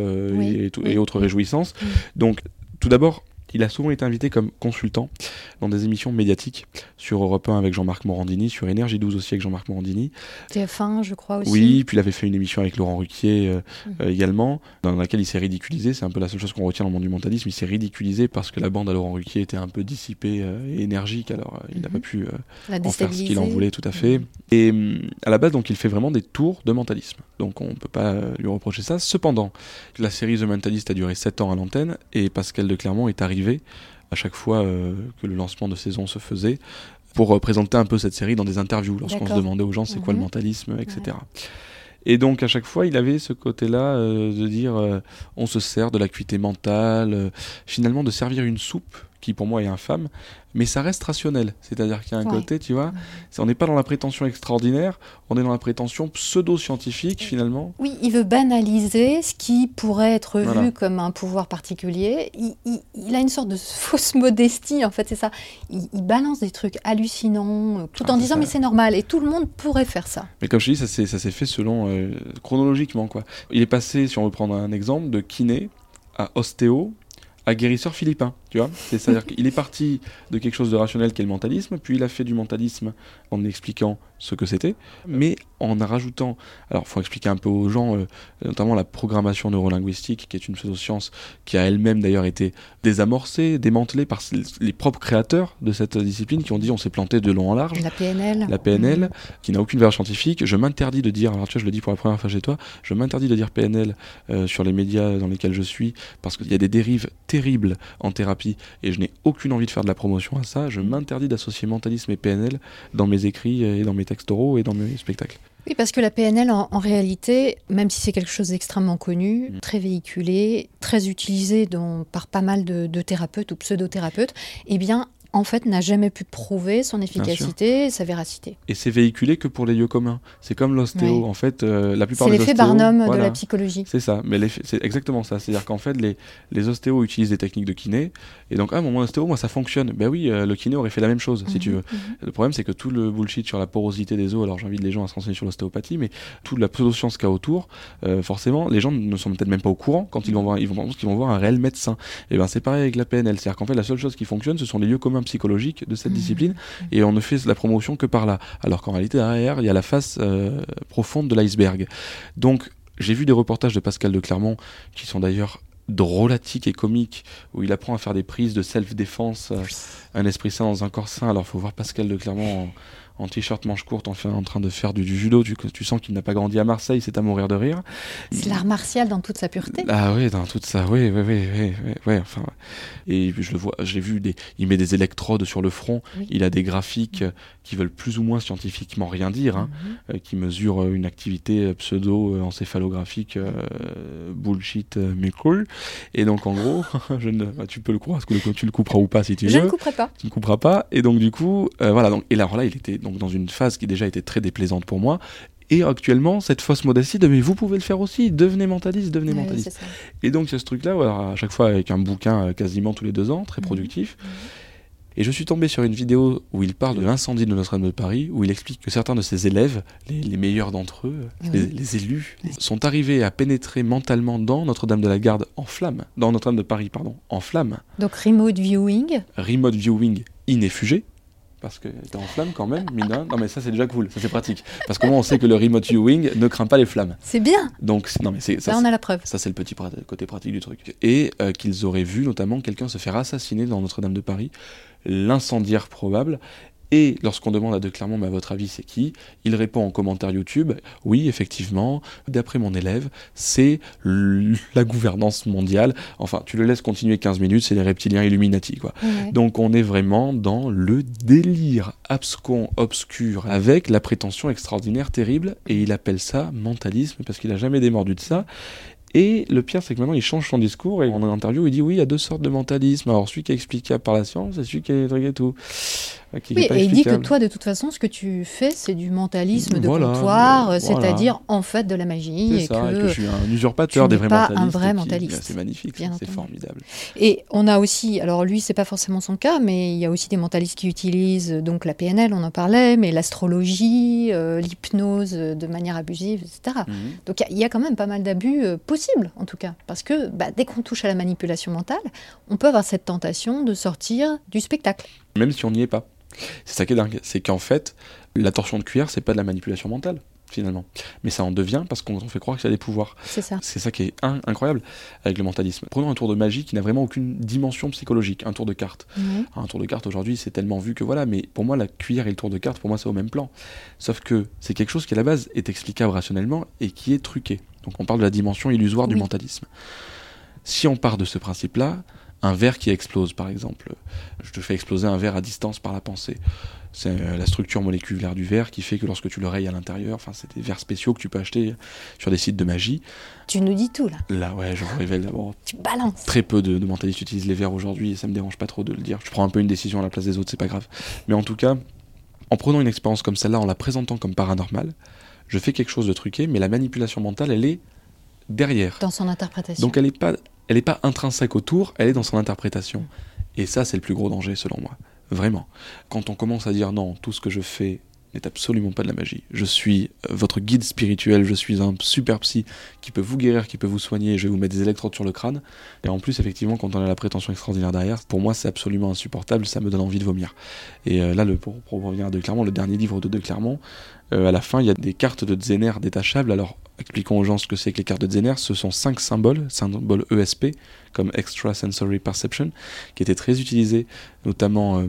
et autres réjouissances. Donc, tout d'abord, il a souvent été invité comme consultant dans des émissions médiatiques sur Europe 1 avec Jean-Marc Morandini, sur Énergie 12 aussi avec Jean-Marc Morandini. TF1, je crois aussi. Oui, puis il avait fait une émission avec Laurent Ruquier également, dans laquelle il s'est ridiculisé. C'est un peu la seule chose qu'on retient dans le monde du mentalisme. Il s'est ridiculisé parce que la bande à Laurent Ruquier était un peu dissipée et énergique, alors il n'a pas pu en faire ce qu'il en voulait tout à fait. Et à la base, donc, il fait vraiment des tours de mentalisme. Donc on ne peut pas lui reprocher ça. Cependant, la série The Mentalist a duré 7 ans à l'antenne et Pascal de Clermont est arrivé à chaque fois que le lancement de saison se faisait pour présenter un peu cette série dans des interviews lorsqu'on se demandait aux gens c'est quoi le mentalisme, etc. Ouais. Et donc à chaque fois il avait ce côté-là de dire on se sert de l'acuité mentale, finalement de servir une soupe qui pour moi est infâme, mais ça reste rationnel. C'est-à-dire qu'il y a un côté, tu vois, on n'est pas dans la prétention extraordinaire, on est dans la prétention pseudo-scientifique finalement. Oui, il veut banaliser ce qui pourrait être vu comme un pouvoir particulier. Il a une sorte de fausse modestie, en fait, c'est ça. Il balance des trucs hallucinants, tout en disant mais c'est normal, et tout le monde pourrait faire ça. Mais comme je te dis, ça s'est fait selon, chronologiquement, quoi. Il est passé, si on veut prendre un exemple, de kiné à ostéo, à guérisseur philippin, tu vois. C'est-à-dire qu'il est parti de quelque chose de rationnel qui est le mentalisme, puis il a fait du mentalisme en expliquant ce que c'était, mais en rajoutant... Alors, il faut expliquer un peu aux gens, notamment la programmation neurolinguistique, qui est une pseudo-science qui a elle-même d'ailleurs été désamorcée, démantelée par les propres créateurs de cette discipline, qui ont dit on s'est planté de long en large. La PNL. La PNL, qui n'a aucune valeur scientifique. Je m'interdis de dire, alors tu vois, je le dis pour la première fois chez toi, je m'interdis de dire PNL sur les médias dans lesquels je suis, parce qu'il y a des dérives terribles en thérapie, et je n'ai aucune envie de faire de la promotion à ça. Je m'interdis d'associer mentalisme et PNL dans mes écrits et dans mes textes oraux et dans mes spectacles. Oui, parce que la PNL, en réalité, même si c'est quelque chose d'extrêmement connu, très véhiculé, très utilisé par pas mal de thérapeutes ou pseudo-thérapeutes, eh bien, en fait, n'a jamais pu prouver son efficacité et sa véracité. Et c'est véhiculé que pour les lieux communs. C'est comme l'ostéo, en fait, la plupart des ostéos... C'est l'effet Barnum de la psychologie. C'est ça, mais c'est exactement ça. C'est-à-dire qu'en fait, les ostéos utilisent des techniques de kiné, et donc, mon ostéo, moi, ça fonctionne. Ben oui, le kiné aurait fait la même chose, si tu veux. Le problème, c'est que tout le bullshit sur la porosité des os, alors j'invite les gens à se renseigner sur l'ostéopathie, mais toute la pseudo-science qu'il y a autour, forcément, les gens ne sont peut-être même pas au courant quand ils vont voir un réel médecin. Et ben c'est pareil avec la PNL. C'est-à-dire qu'en fait, la seule chose qui fonctionne, ce sont les lieux communs psychologique de cette discipline, et on ne fait la promotion que par là, alors qu'en réalité derrière il y a la face profonde de l'iceberg. Donc j'ai vu des reportages de Pascal de Clermont qui sont d'ailleurs drôlatiques et comiques, où il apprend à faire des prises de self-défense, un esprit sain dans un corps sain. Alors il faut voir Pascal de Clermont en t-shirt manche courte, en train de faire du judo, tu sens qu'il n'a pas grandi à Marseille, c'est à mourir de rire. C'est l'art martial dans toute sa pureté. Ah oui, dans toute ça, oui, enfin. Et je le vois, j'ai vu il met des électrodes sur le front, il a des graphiques qui veulent plus ou moins scientifiquement rien dire, qui mesurent une activité pseudo-encéphalographique bullshit, mais cool. Et donc en gros, tu peux le croire, parce que tu le couperas ou pas si tu veux. Je ne couperai pas. Tu ne couperas pas, et donc du coup, voilà, donc, et là, il était donc dans une phase qui déjà était très déplaisante pour moi, et actuellement cette fausse modestie de mais vous pouvez le faire aussi, devenez mentaliste. Et donc il y a ce truc là, à chaque fois avec un bouquin quasiment tous les 2 ans, très productif. Et je suis tombé sur une vidéo où il parle de l'incendie de Notre-Dame de Paris, où il explique que certains de ses élèves, les meilleurs d'entre eux, les élus, sont arrivés à pénétrer mentalement dans Notre-Dame de la Garde en flammes, dans Notre-Dame de Paris, pardon, en flammes. Donc remote viewing inéfugé, parce qu'elle était en flamme quand même, mine de rien. Non mais ça c'est déjà cool, ça c'est pratique. Parce que moi on sait que le remote viewing ne craint pas les flammes. C'est bien. Donc non mais ça on a la preuve. Ça c'est le petit côté pratique du truc. Et qu'ils auraient vu notamment quelqu'un se faire assassiner dans Notre-Dame de Paris, l'incendiaire probable. Et lorsqu'on demande à De Clermont, mais à votre avis, c'est qui ? Il répond en commentaire YouTube, oui, effectivement, d'après mon élève, c'est la gouvernance mondiale. Enfin, tu le laisses continuer 15 minutes, c'est les reptiliens Illuminati, quoi. Ouais. Donc on est vraiment dans le délire abscon, obscur, avec la prétention extraordinaire, terrible, et il appelle ça mentalisme, parce qu'il n'a jamais démordu de ça. Et le pire, c'est que maintenant, il change son discours et en interview, il dit oui, il y a 2 sortes de mentalisme. Alors, celui qui est explicable par la science et celui qui est truc et tout. Qui Oui, est pas et il dit que explicable. toi, de toute façon, ce que tu fais, c'est du mentalisme de Voilà, comptoir, voilà. c'est-à-dire en fait de la magie, C'est et ça, et que que je suis un usurpateur tu des n'es vrais pas mentalistes. un vrai et mentaliste, c'est magnifique, bien c'est entendu. formidable. Et on a aussi, alors lui, c'est pas forcément son cas, mais il y a aussi des mentalistes qui utilisent donc la PNL, on en parlait, mais l'astrologie, l'hypnose de manière abusive, etc. Mhm. Donc il y a quand même pas mal d'abus possibles, en tout cas, parce que dès qu'on touche à la manipulation mentale, on peut avoir cette tentation de sortir du spectacle. Même si on n'y est pas. C'est ça qui est dingue. C'est qu'en fait, la torsion de cuillère, c'est pas de la manipulation mentale, finalement. Mais ça en devient parce qu'on fait croire qu'il y a des pouvoirs. C'est ça. C'est ça qui est incroyable avec le mentalisme. Prenons un tour de magie qui n'a vraiment aucune dimension psychologique, un tour de cartes. Mhm. Un tour de cartes aujourd'hui, c'est tellement vu que voilà, mais pour moi, la cuillère et le tour de cartes, pour moi, c'est au même plan. Sauf que c'est quelque chose qui, à la base, est explicable rationnellement et qui est truqué. Donc on parle de la dimension illusoire du Oui. mentalisme. Si on part de ce principe-là, un verre qui explose, par exemple, je te fais exploser un verre à distance par la pensée. C'est la structure moléculaire du verre qui fait que lorsque tu le rayes à l'intérieur, enfin, c'est des verres spéciaux que tu peux acheter sur des sites de magie. Tu nous dis tout, là. Là, ouais, je vous révèle d'abord. Tu balances. Très peu de mentalistes utilisent les verres aujourd'hui et ça me dérange pas trop de le dire. Je prends un peu une décision à la place des autres, c'est pas grave. Mais en tout cas, en prenant une expérience comme celle-là, en la présentant comme paranormale, je fais quelque chose de truqué, mais la manipulation mentale, elle est derrière. Dans son interprétation. Donc elle est pas intrinsèque autour, elle est dans son interprétation. Et ça, c'est le plus gros danger, selon moi. Vraiment. Quand on commence à dire non, tout ce que je fais n'est absolument pas de la magie. Je suis votre guide spirituel, je suis un super psy qui peut vous guérir, qui peut vous soigner, je vais vous mettre des électrodes sur le crâne. Et en plus, effectivement, quand on a la prétention extraordinaire derrière, pour moi, c'est absolument insupportable, ça me donne envie de vomir. Et là, pour revenir à De Clermont, le dernier livre de Clermont, à la fin, il y a des cartes de Zener détachables. Alors, expliquons aux gens ce que c'est que les cartes de Zener. Ce sont 5 symboles ESP, comme Extrasensory Perception, qui étaient très utilisés, notamment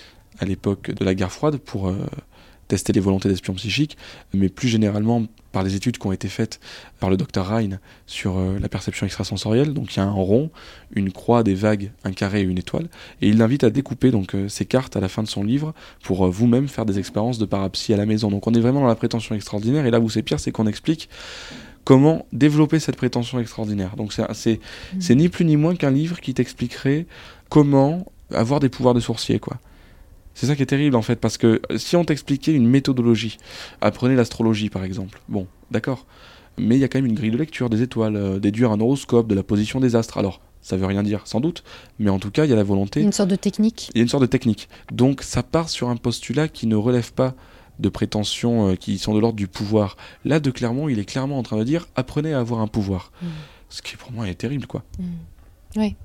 à l'époque de la guerre froide, pour tester les volontés d'espions psychiques, mais plus généralement par les études qui ont été faites par le Dr Rhine sur la perception extrasensorielle. Donc il y a un rond, une croix, des vagues, un carré et une étoile, et il l'invite à découper donc ces cartes à la fin de son livre pour vous-même faire des expériences de parapsie à la maison. Donc on est vraiment dans la prétention extraordinaire, et là où c'est pire, c'est qu'on explique comment développer cette prétention extraordinaire. Donc c'est ni plus ni moins qu'un livre qui t'expliquerait comment avoir des pouvoirs de sorcier, quoi. C'est ça qui est terrible en fait, parce que si on t'expliquait une méthodologie, apprenez l'astrologie par exemple, bon, d'accord, mais il y a quand même une grille de lecture des étoiles, déduire un horoscope, de la position des astres, alors ça veut rien dire sans doute, mais en tout cas il y a la volonté, Une sorte de technique. il y a une sorte de technique, donc ça part sur un postulat qui ne relève pas de prétentions qui sont de l'ordre du pouvoir. Là, De Clermont, il est clairement en train de dire, apprenez à avoir un pouvoir, ce qui pour moi est terrible, quoi. Oui.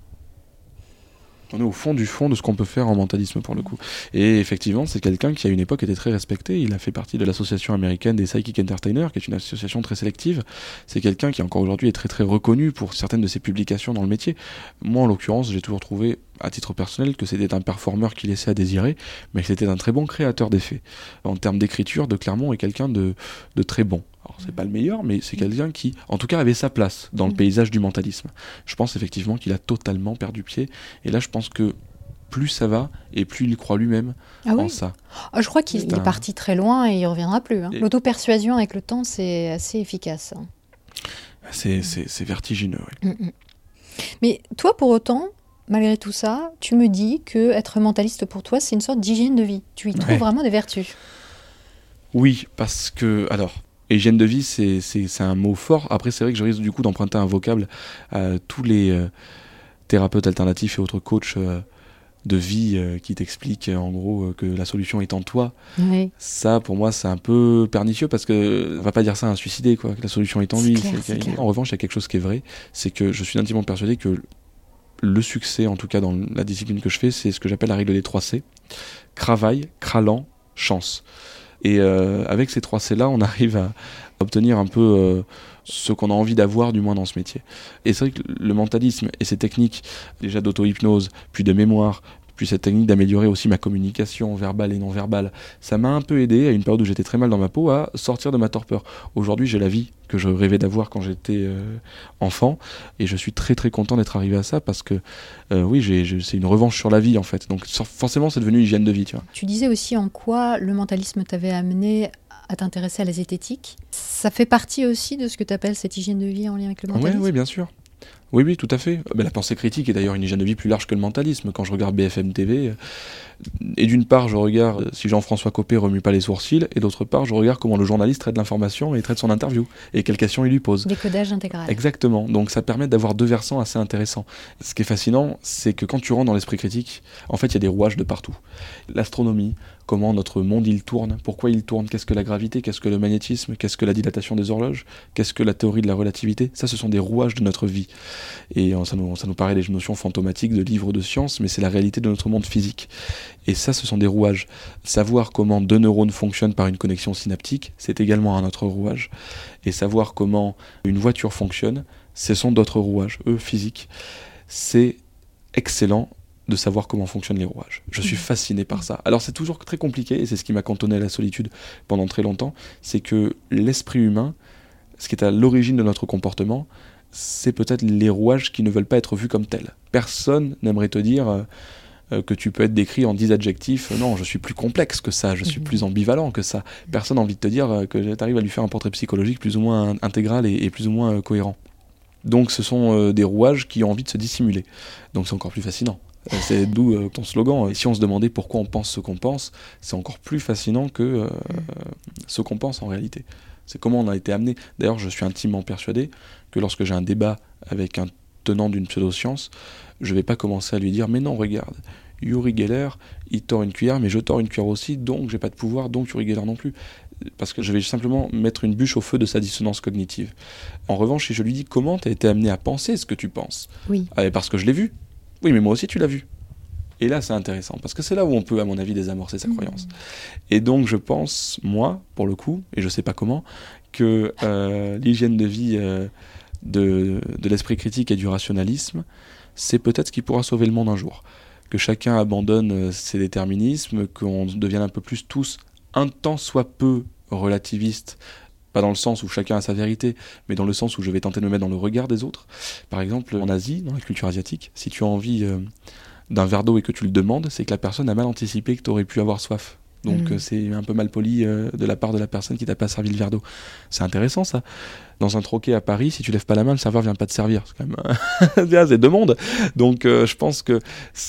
On est au fond du fond de ce qu'on peut faire en mentalisme pour le coup. Et effectivement, c'est quelqu'un qui à une époque était très respecté. Il a fait partie de l'association américaine des Psychic Entertainers, qui est une association très sélective. C'est quelqu'un qui encore aujourd'hui est très très reconnu pour certaines de ses publications dans le métier. Moi en l'occurrence, j'ai toujours trouvé à titre personnel que c'était un performeur qui laissait à désirer, mais que c'était un très bon créateur d'effets. En termes d'écriture, De Clermont est quelqu'un de très bon. Alors c'est pas le meilleur, mais c'est quelqu'un qui, en tout cas, avait sa place dans le paysage du mentalisme. Je pense effectivement qu'il a totalement perdu pied, et là je pense que plus ça va, et plus il croit lui-même en ça. Je crois qu'il est parti très loin et il reviendra plus. Hein. Et... L'auto-persuasion avec le temps, c'est assez efficace. Hein. C'est vertigineux, oui. Mais toi, pour autant, malgré tout ça, tu me dis que être mentaliste pour toi, c'est une sorte d'hygiène de vie. Tu y trouves vraiment des vertus. Oui, parce que... Alors... Hygiène de vie, c'est un mot fort. Après, c'est vrai que je risque du coup d'emprunter un vocable à tous les thérapeutes alternatifs et autres coachs de vie qui t'expliquent en gros que la solution est en toi. Oui. Ça, pour moi, c'est un peu pernicieux parce que on va pas dire ça à un suicidé, quoi, que la solution est en lui. C'est clair. En revanche, il y a quelque chose qui est vrai, c'est que je suis intimement persuadé que le succès, en tout cas dans la discipline que je fais, c'est ce que j'appelle la règle des 3 C. Cravaille, cralent, chance. Et avec ces 3 C-là, on arrive à obtenir un peu ce qu'on a envie d'avoir, du moins dans ce métier. Et c'est vrai que le mentalisme et ces techniques, déjà d'auto-hypnose, puis de mémoire, puis cette technique d'améliorer aussi ma communication verbale et non verbale, ça m'a un peu aidé à une période où j'étais très mal dans ma peau à sortir de ma torpeur. Aujourd'hui, j'ai la vie que je rêvais d'avoir quand j'étais enfant, et je suis très très content d'être arrivé à ça parce que oui, c'est une revanche sur la vie en fait. Donc forcément, c'est devenu hygiène de vie, tu vois. Tu disais aussi en quoi le mentalisme t'avait amené à t'intéresser à la zététique. Ça fait partie aussi de ce que tu appelles cette hygiène de vie en lien avec le mentalisme? Oui, bien sûr. Oui, tout à fait. La pensée critique est d'ailleurs une hygiène de vie plus large que le mentalisme. Quand je regarde BFM TV, et d'une part, je regarde si Jean-François Copé remue pas les sourcils, et d'autre part, je regarde comment le journaliste traite l'information et traite son interview, et quelles questions il lui pose. Décodage intégral. Exactement. Donc ça permet d'avoir deux versants assez intéressants. Ce qui est fascinant, c'est que quand tu rentres dans l'esprit critique, en fait, il y a des rouages de partout. L'astronomie, comment notre monde il tourne, pourquoi il tourne, qu'est-ce que la gravité, qu'est-ce que le magnétisme, qu'est-ce que la dilatation des horloges, qu'est-ce que la théorie de la relativité. Ça, ce sont des rouages de notre vie. Et ça nous paraît des notions fantomatiques de livres de science, mais c'est la réalité de notre monde physique. Et ça, ce sont des rouages. Savoir comment deux neurones fonctionnent par une connexion synaptique, c'est également un autre rouage. Et savoir comment une voiture fonctionne, ce sont d'autres rouages, eux, physiques. C'est excellent de savoir comment fonctionnent les rouages. Je suis fasciné par ça. Alors c'est toujours très compliqué, et c'est ce qui m'a cantonné à la solitude pendant très longtemps, c'est que l'esprit humain, ce qui est à l'origine de notre comportement, c'est peut-être les rouages qui ne veulent pas être vus comme tels. Personne n'aimerait te dire que tu peux être décrit en 10 adjectifs. Non, je suis plus complexe que ça, je suis plus ambivalent que ça. Personne n'a envie de te dire que tu arrives à lui faire un portrait psychologique plus ou moins intégral et plus ou moins cohérent. Donc ce sont des rouages qui ont envie de se dissimuler. Donc c'est encore plus fascinant. C'est d'où ton slogan. Et si on se demandait pourquoi on pense ce qu'on pense, c'est encore plus fascinant que ce qu'on pense en réalité. C'est comment on a été amené. D'ailleurs, je suis intimement persuadé que lorsque j'ai un débat avec un tenant d'une pseudo-science, je vais pas commencer à lui dire « Mais non, regarde, Uri Geller, il tord une cuillère, mais je tords une cuillère aussi, donc j'ai pas de pouvoir, donc Uri Geller non plus. » Parce que je vais simplement mettre une bûche au feu de sa dissonance cognitive. En revanche, si je lui dis « Comment tu as été amené à penser ce que tu penses ?» Oui. Parce que je l'ai vu. Oui, mais moi aussi tu l'as vu. Et là, c'est intéressant, parce que c'est là où on peut, à mon avis, désamorcer sa croyance. Et donc, je pense, moi, pour le coup, et je sais pas comment, que l'hygiène de vie de l'esprit critique et du rationalisme, c'est peut-être ce qui pourra sauver le monde un jour. Que chacun abandonne ses déterminismes, qu'on devienne un peu plus tous, un tant soit peu relativistes, pas dans le sens où chacun a sa vérité, mais dans le sens où je vais tenter de me mettre dans le regard des autres. Par exemple, en Asie, dans la culture asiatique, si tu as envie d'un verre d'eau et que tu le demandes, c'est que la personne a mal anticipé que tu aurais pu avoir soif. Donc c'est un peu mal poli de la part de la personne qui t'a pas servi le verre d'eau. C'est intéressant ça. Dans un troquet à Paris, si tu lèves pas la main, le serveur vient pas te servir. C'est quand même c'est deux mondes. Donc je pense que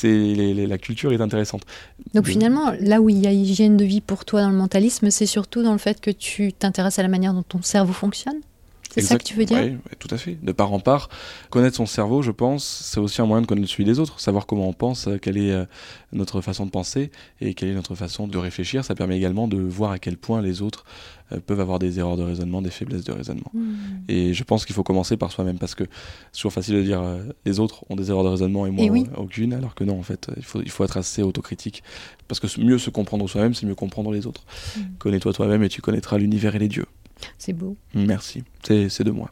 la culture est intéressante. Donc finalement, là où il y a hygiène de vie pour toi dans le mentalisme, c'est surtout dans le fait que tu t'intéresses à la manière dont ton cerveau fonctionne? C'est ça que tu veux dire? Oui, tout à fait. De part en part, connaître son cerveau, je pense, c'est aussi un moyen de connaître celui des autres. Savoir comment on pense, quelle est notre façon de penser et quelle est notre façon de réfléchir. Ça permet également de voir à quel point les autres peuvent avoir des erreurs de raisonnement, des faiblesses de raisonnement. Et je pense qu'il faut commencer par soi-même, parce que c'est toujours facile de dire les autres ont des erreurs de raisonnement et moi aucune, alors que non, en fait, il faut être assez autocritique. Parce que mieux se comprendre soi-même, c'est mieux comprendre les autres. Connais-toi toi-même et tu connaîtras l'univers et les dieux. C'est beau. Merci, c'est de moi.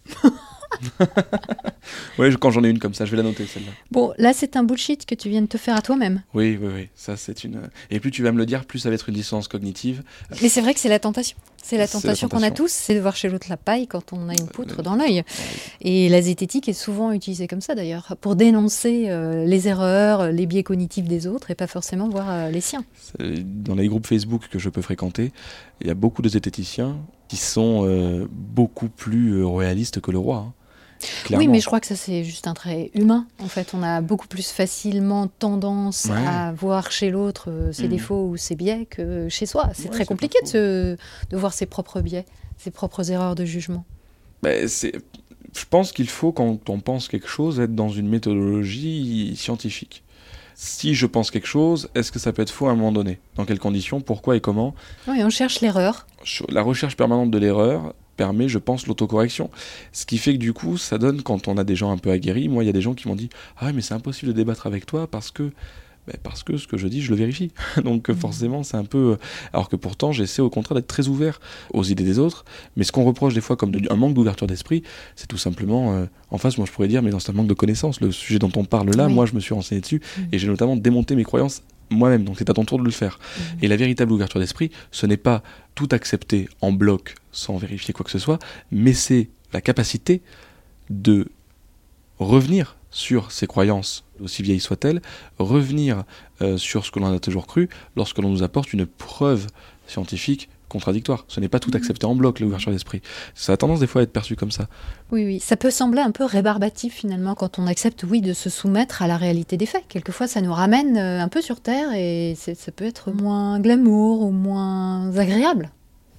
Oui, quand j'en ai une comme ça, je vais la noter celle-là. Bon, là c'est un bullshit que tu viens de te faire à toi-même. Oui, ça c'est une... Et plus tu vas me le dire, plus ça va être une dissonance cognitive. Mais c'est vrai que c'est la tentation. C'est la tentation qu'on a tous, c'est de voir chez l'autre la paille quand on a une poutre dans l'œil. Et la zététique est souvent utilisée comme ça d'ailleurs, pour dénoncer les erreurs, les biais cognitifs des autres et pas forcément voir les siens. Dans les groupes Facebook que je peux fréquenter, il y a beaucoup de zététiciens qui sont beaucoup plus réalistes que le roi. Hein. Clairement. Oui, mais je crois que ça c'est juste un trait humain. En fait, on a beaucoup plus facilement tendance à voir chez l'autre ses défauts ou ses biais que chez soi. C'est très compliqué de voir ses propres biais, ses propres erreurs de jugement. Je pense qu'il faut, quand on pense quelque chose, être dans une méthodologie scientifique. Si je pense quelque chose, est-ce que ça peut être faux à un moment donné? Dans quelles conditions? Pourquoi et comment? Oui, on cherche l'erreur. La recherche permanente de l'erreur permet, je pense, l'autocorrection. Ce qui fait que du coup, ça donne, quand on a des gens un peu aguerris, moi il y a des gens qui m'ont dit « Ah mais c'est impossible de débattre avec toi parce que ce que je dis, je le vérifie. » Donc forcément, c'est un peu... Alors que pourtant, j'essaie au contraire d'être très ouvert aux idées des autres, mais ce qu'on reproche des fois comme un manque d'ouverture d'esprit, c'est tout simplement... en face, moi je pourrais dire, mais c'est un manque de connaissances. Le sujet dont on parle là, moi je me suis renseigné dessus, et j'ai notamment démonté mes croyances moi-même, donc c'est à ton tour de le faire. Et la véritable ouverture d'esprit, ce n'est pas tout accepter en bloc sans vérifier quoi que ce soit, mais c'est la capacité de revenir sur ses croyances, aussi vieilles soient-elles, revenir sur ce que l'on a toujours cru lorsque l'on nous apporte une preuve scientifique contradictoire. Ce n'est pas tout accepté en bloc, l'ouverture d'esprit. Ça a tendance des fois à être perçu comme ça. Oui, ça peut sembler un peu rébarbatif finalement quand on accepte, de se soumettre à la réalité des faits. Quelquefois, ça nous ramène un peu sur Terre et ça peut être moins glamour ou moins agréable.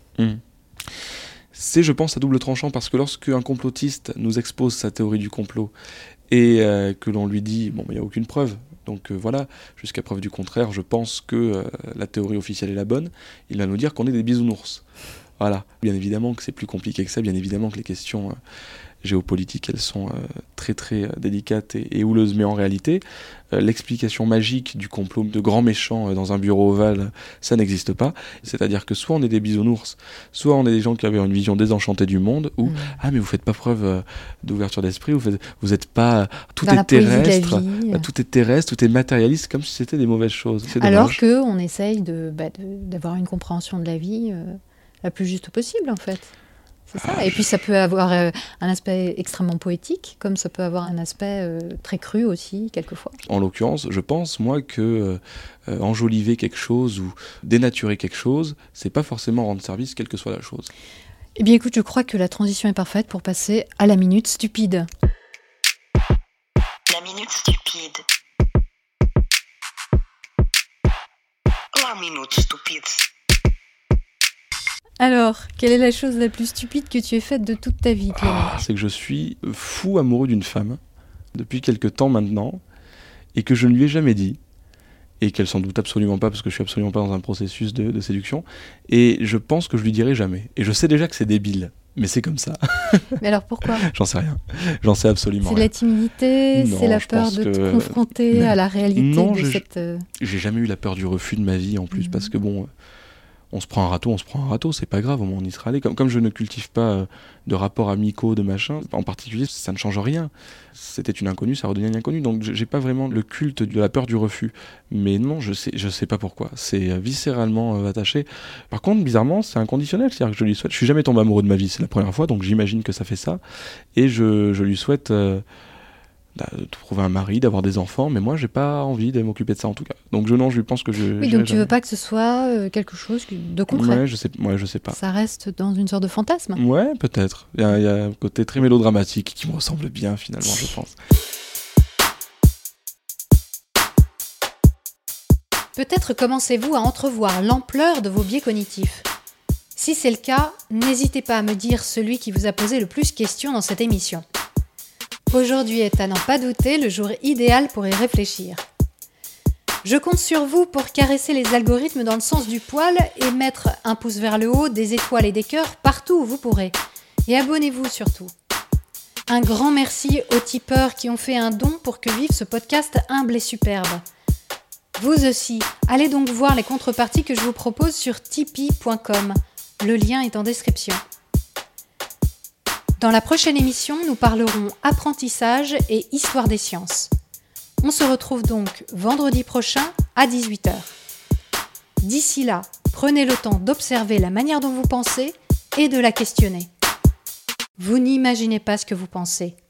C'est, je pense, à double tranchant parce que lorsque un complotiste nous expose sa théorie du complot et que l'on lui dit, il n'y a aucune preuve, donc voilà, jusqu'à preuve du contraire, je pense que la théorie officielle est la bonne, il va nous dire qu'on est des bisounours. Voilà. Bien évidemment que c'est plus compliqué que ça, bien évidemment que les questions géopolitiques, elles sont très très délicates et houleuses, mais en réalité, l'explication magique du complot de grands méchants dans un bureau ovale, ça n'existe pas. C'est-à-dire que soit on est des bisounours, soit on est des gens qui avaient une vision désenchantée du monde, ou mais vous faites pas preuve d'ouverture d'esprit, vous êtes pas, tout est terrestre, tout est terrestre, tout est matérialiste, comme si c'était des mauvaises choses. C'est alors dommage. qu'on essaye d'avoir une compréhension de la vie la plus juste possible en fait. C'est ça. Et puis ça peut avoir un aspect extrêmement poétique, comme ça peut avoir un aspect très cru aussi, quelquefois. En l'occurrence, je pense, moi, que enjoliver quelque chose ou dénaturer quelque chose, c'est pas forcément rendre service, quelle que soit la chose. Eh bien écoute, je crois que la transition est parfaite pour passer à la minute stupide. La minute stupide. La minute stupide. Alors, quelle est la chose la plus stupide que tu aies faite de toute ta vie, Clément ? C'est que je suis fou amoureux d'une femme, depuis quelque temps maintenant, et que je ne lui ai jamais dit, et qu'elle s'en doute absolument pas, parce que je suis absolument pas dans un processus de séduction, et je pense que je lui dirai jamais. Et je sais déjà que c'est débile, mais c'est comme ça. Mais alors pourquoi ? J'en sais rien, j'en sais absolument C'est rien. la timidité, Non, c'est la je peur pense de te que- confronter à la réalité Non, de cette... J'ai jamais eu la peur du refus de ma vie en plus, parce que bon, on se prend un râteau, c'est pas grave, au moins on y sera allé. Comme je ne cultive pas de rapports amicaux, de machin, en particulier, ça ne change rien. C'était une inconnue, ça redevient une inconnue, donc j'ai pas vraiment le culte de la peur du refus. Mais non, je sais pas pourquoi, c'est viscéralement attaché. Par contre, bizarrement, c'est inconditionnel, c'est-à-dire que je lui souhaite, je suis jamais tombé amoureux de ma vie, c'est la première fois, donc j'imagine que ça fait ça, et je lui souhaite... de trouver un mari, d'avoir des enfants, mais moi j'ai pas envie de m'occuper de ça en tout cas. Donc je pense que je... Oui, donc tu veux pas que ce soit quelque chose de concret. Ouais, je sais pas. Ça reste dans une sorte de fantasme. Ouais, peut-être. Il y a un côté très mélodramatique qui me ressemble bien finalement, je pense. Peut-être commencez-vous à entrevoir l'ampleur de vos biais cognitifs. Si c'est le cas, n'hésitez pas à me dire celui qui vous a posé le plus de questions dans cette émission. Aujourd'hui est, à n'en pas douter, le jour idéal pour y réfléchir. Je compte sur vous pour caresser les algorithmes dans le sens du poil et mettre un pouce vers le haut, des étoiles et des cœurs partout où vous pourrez. Et abonnez-vous surtout. Un grand merci aux tipeurs qui ont fait un don pour que vive ce podcast humble et superbe. Vous aussi, allez donc voir les contreparties que je vous propose sur tipeee.com. Le lien est en description. Dans la prochaine émission, nous parlerons apprentissage et histoire des sciences. On se retrouve donc vendredi prochain à 18h. D'ici là, prenez le temps d'observer la manière dont vous pensez et de la questionner. Vous n'imaginez pas ce que vous pensez.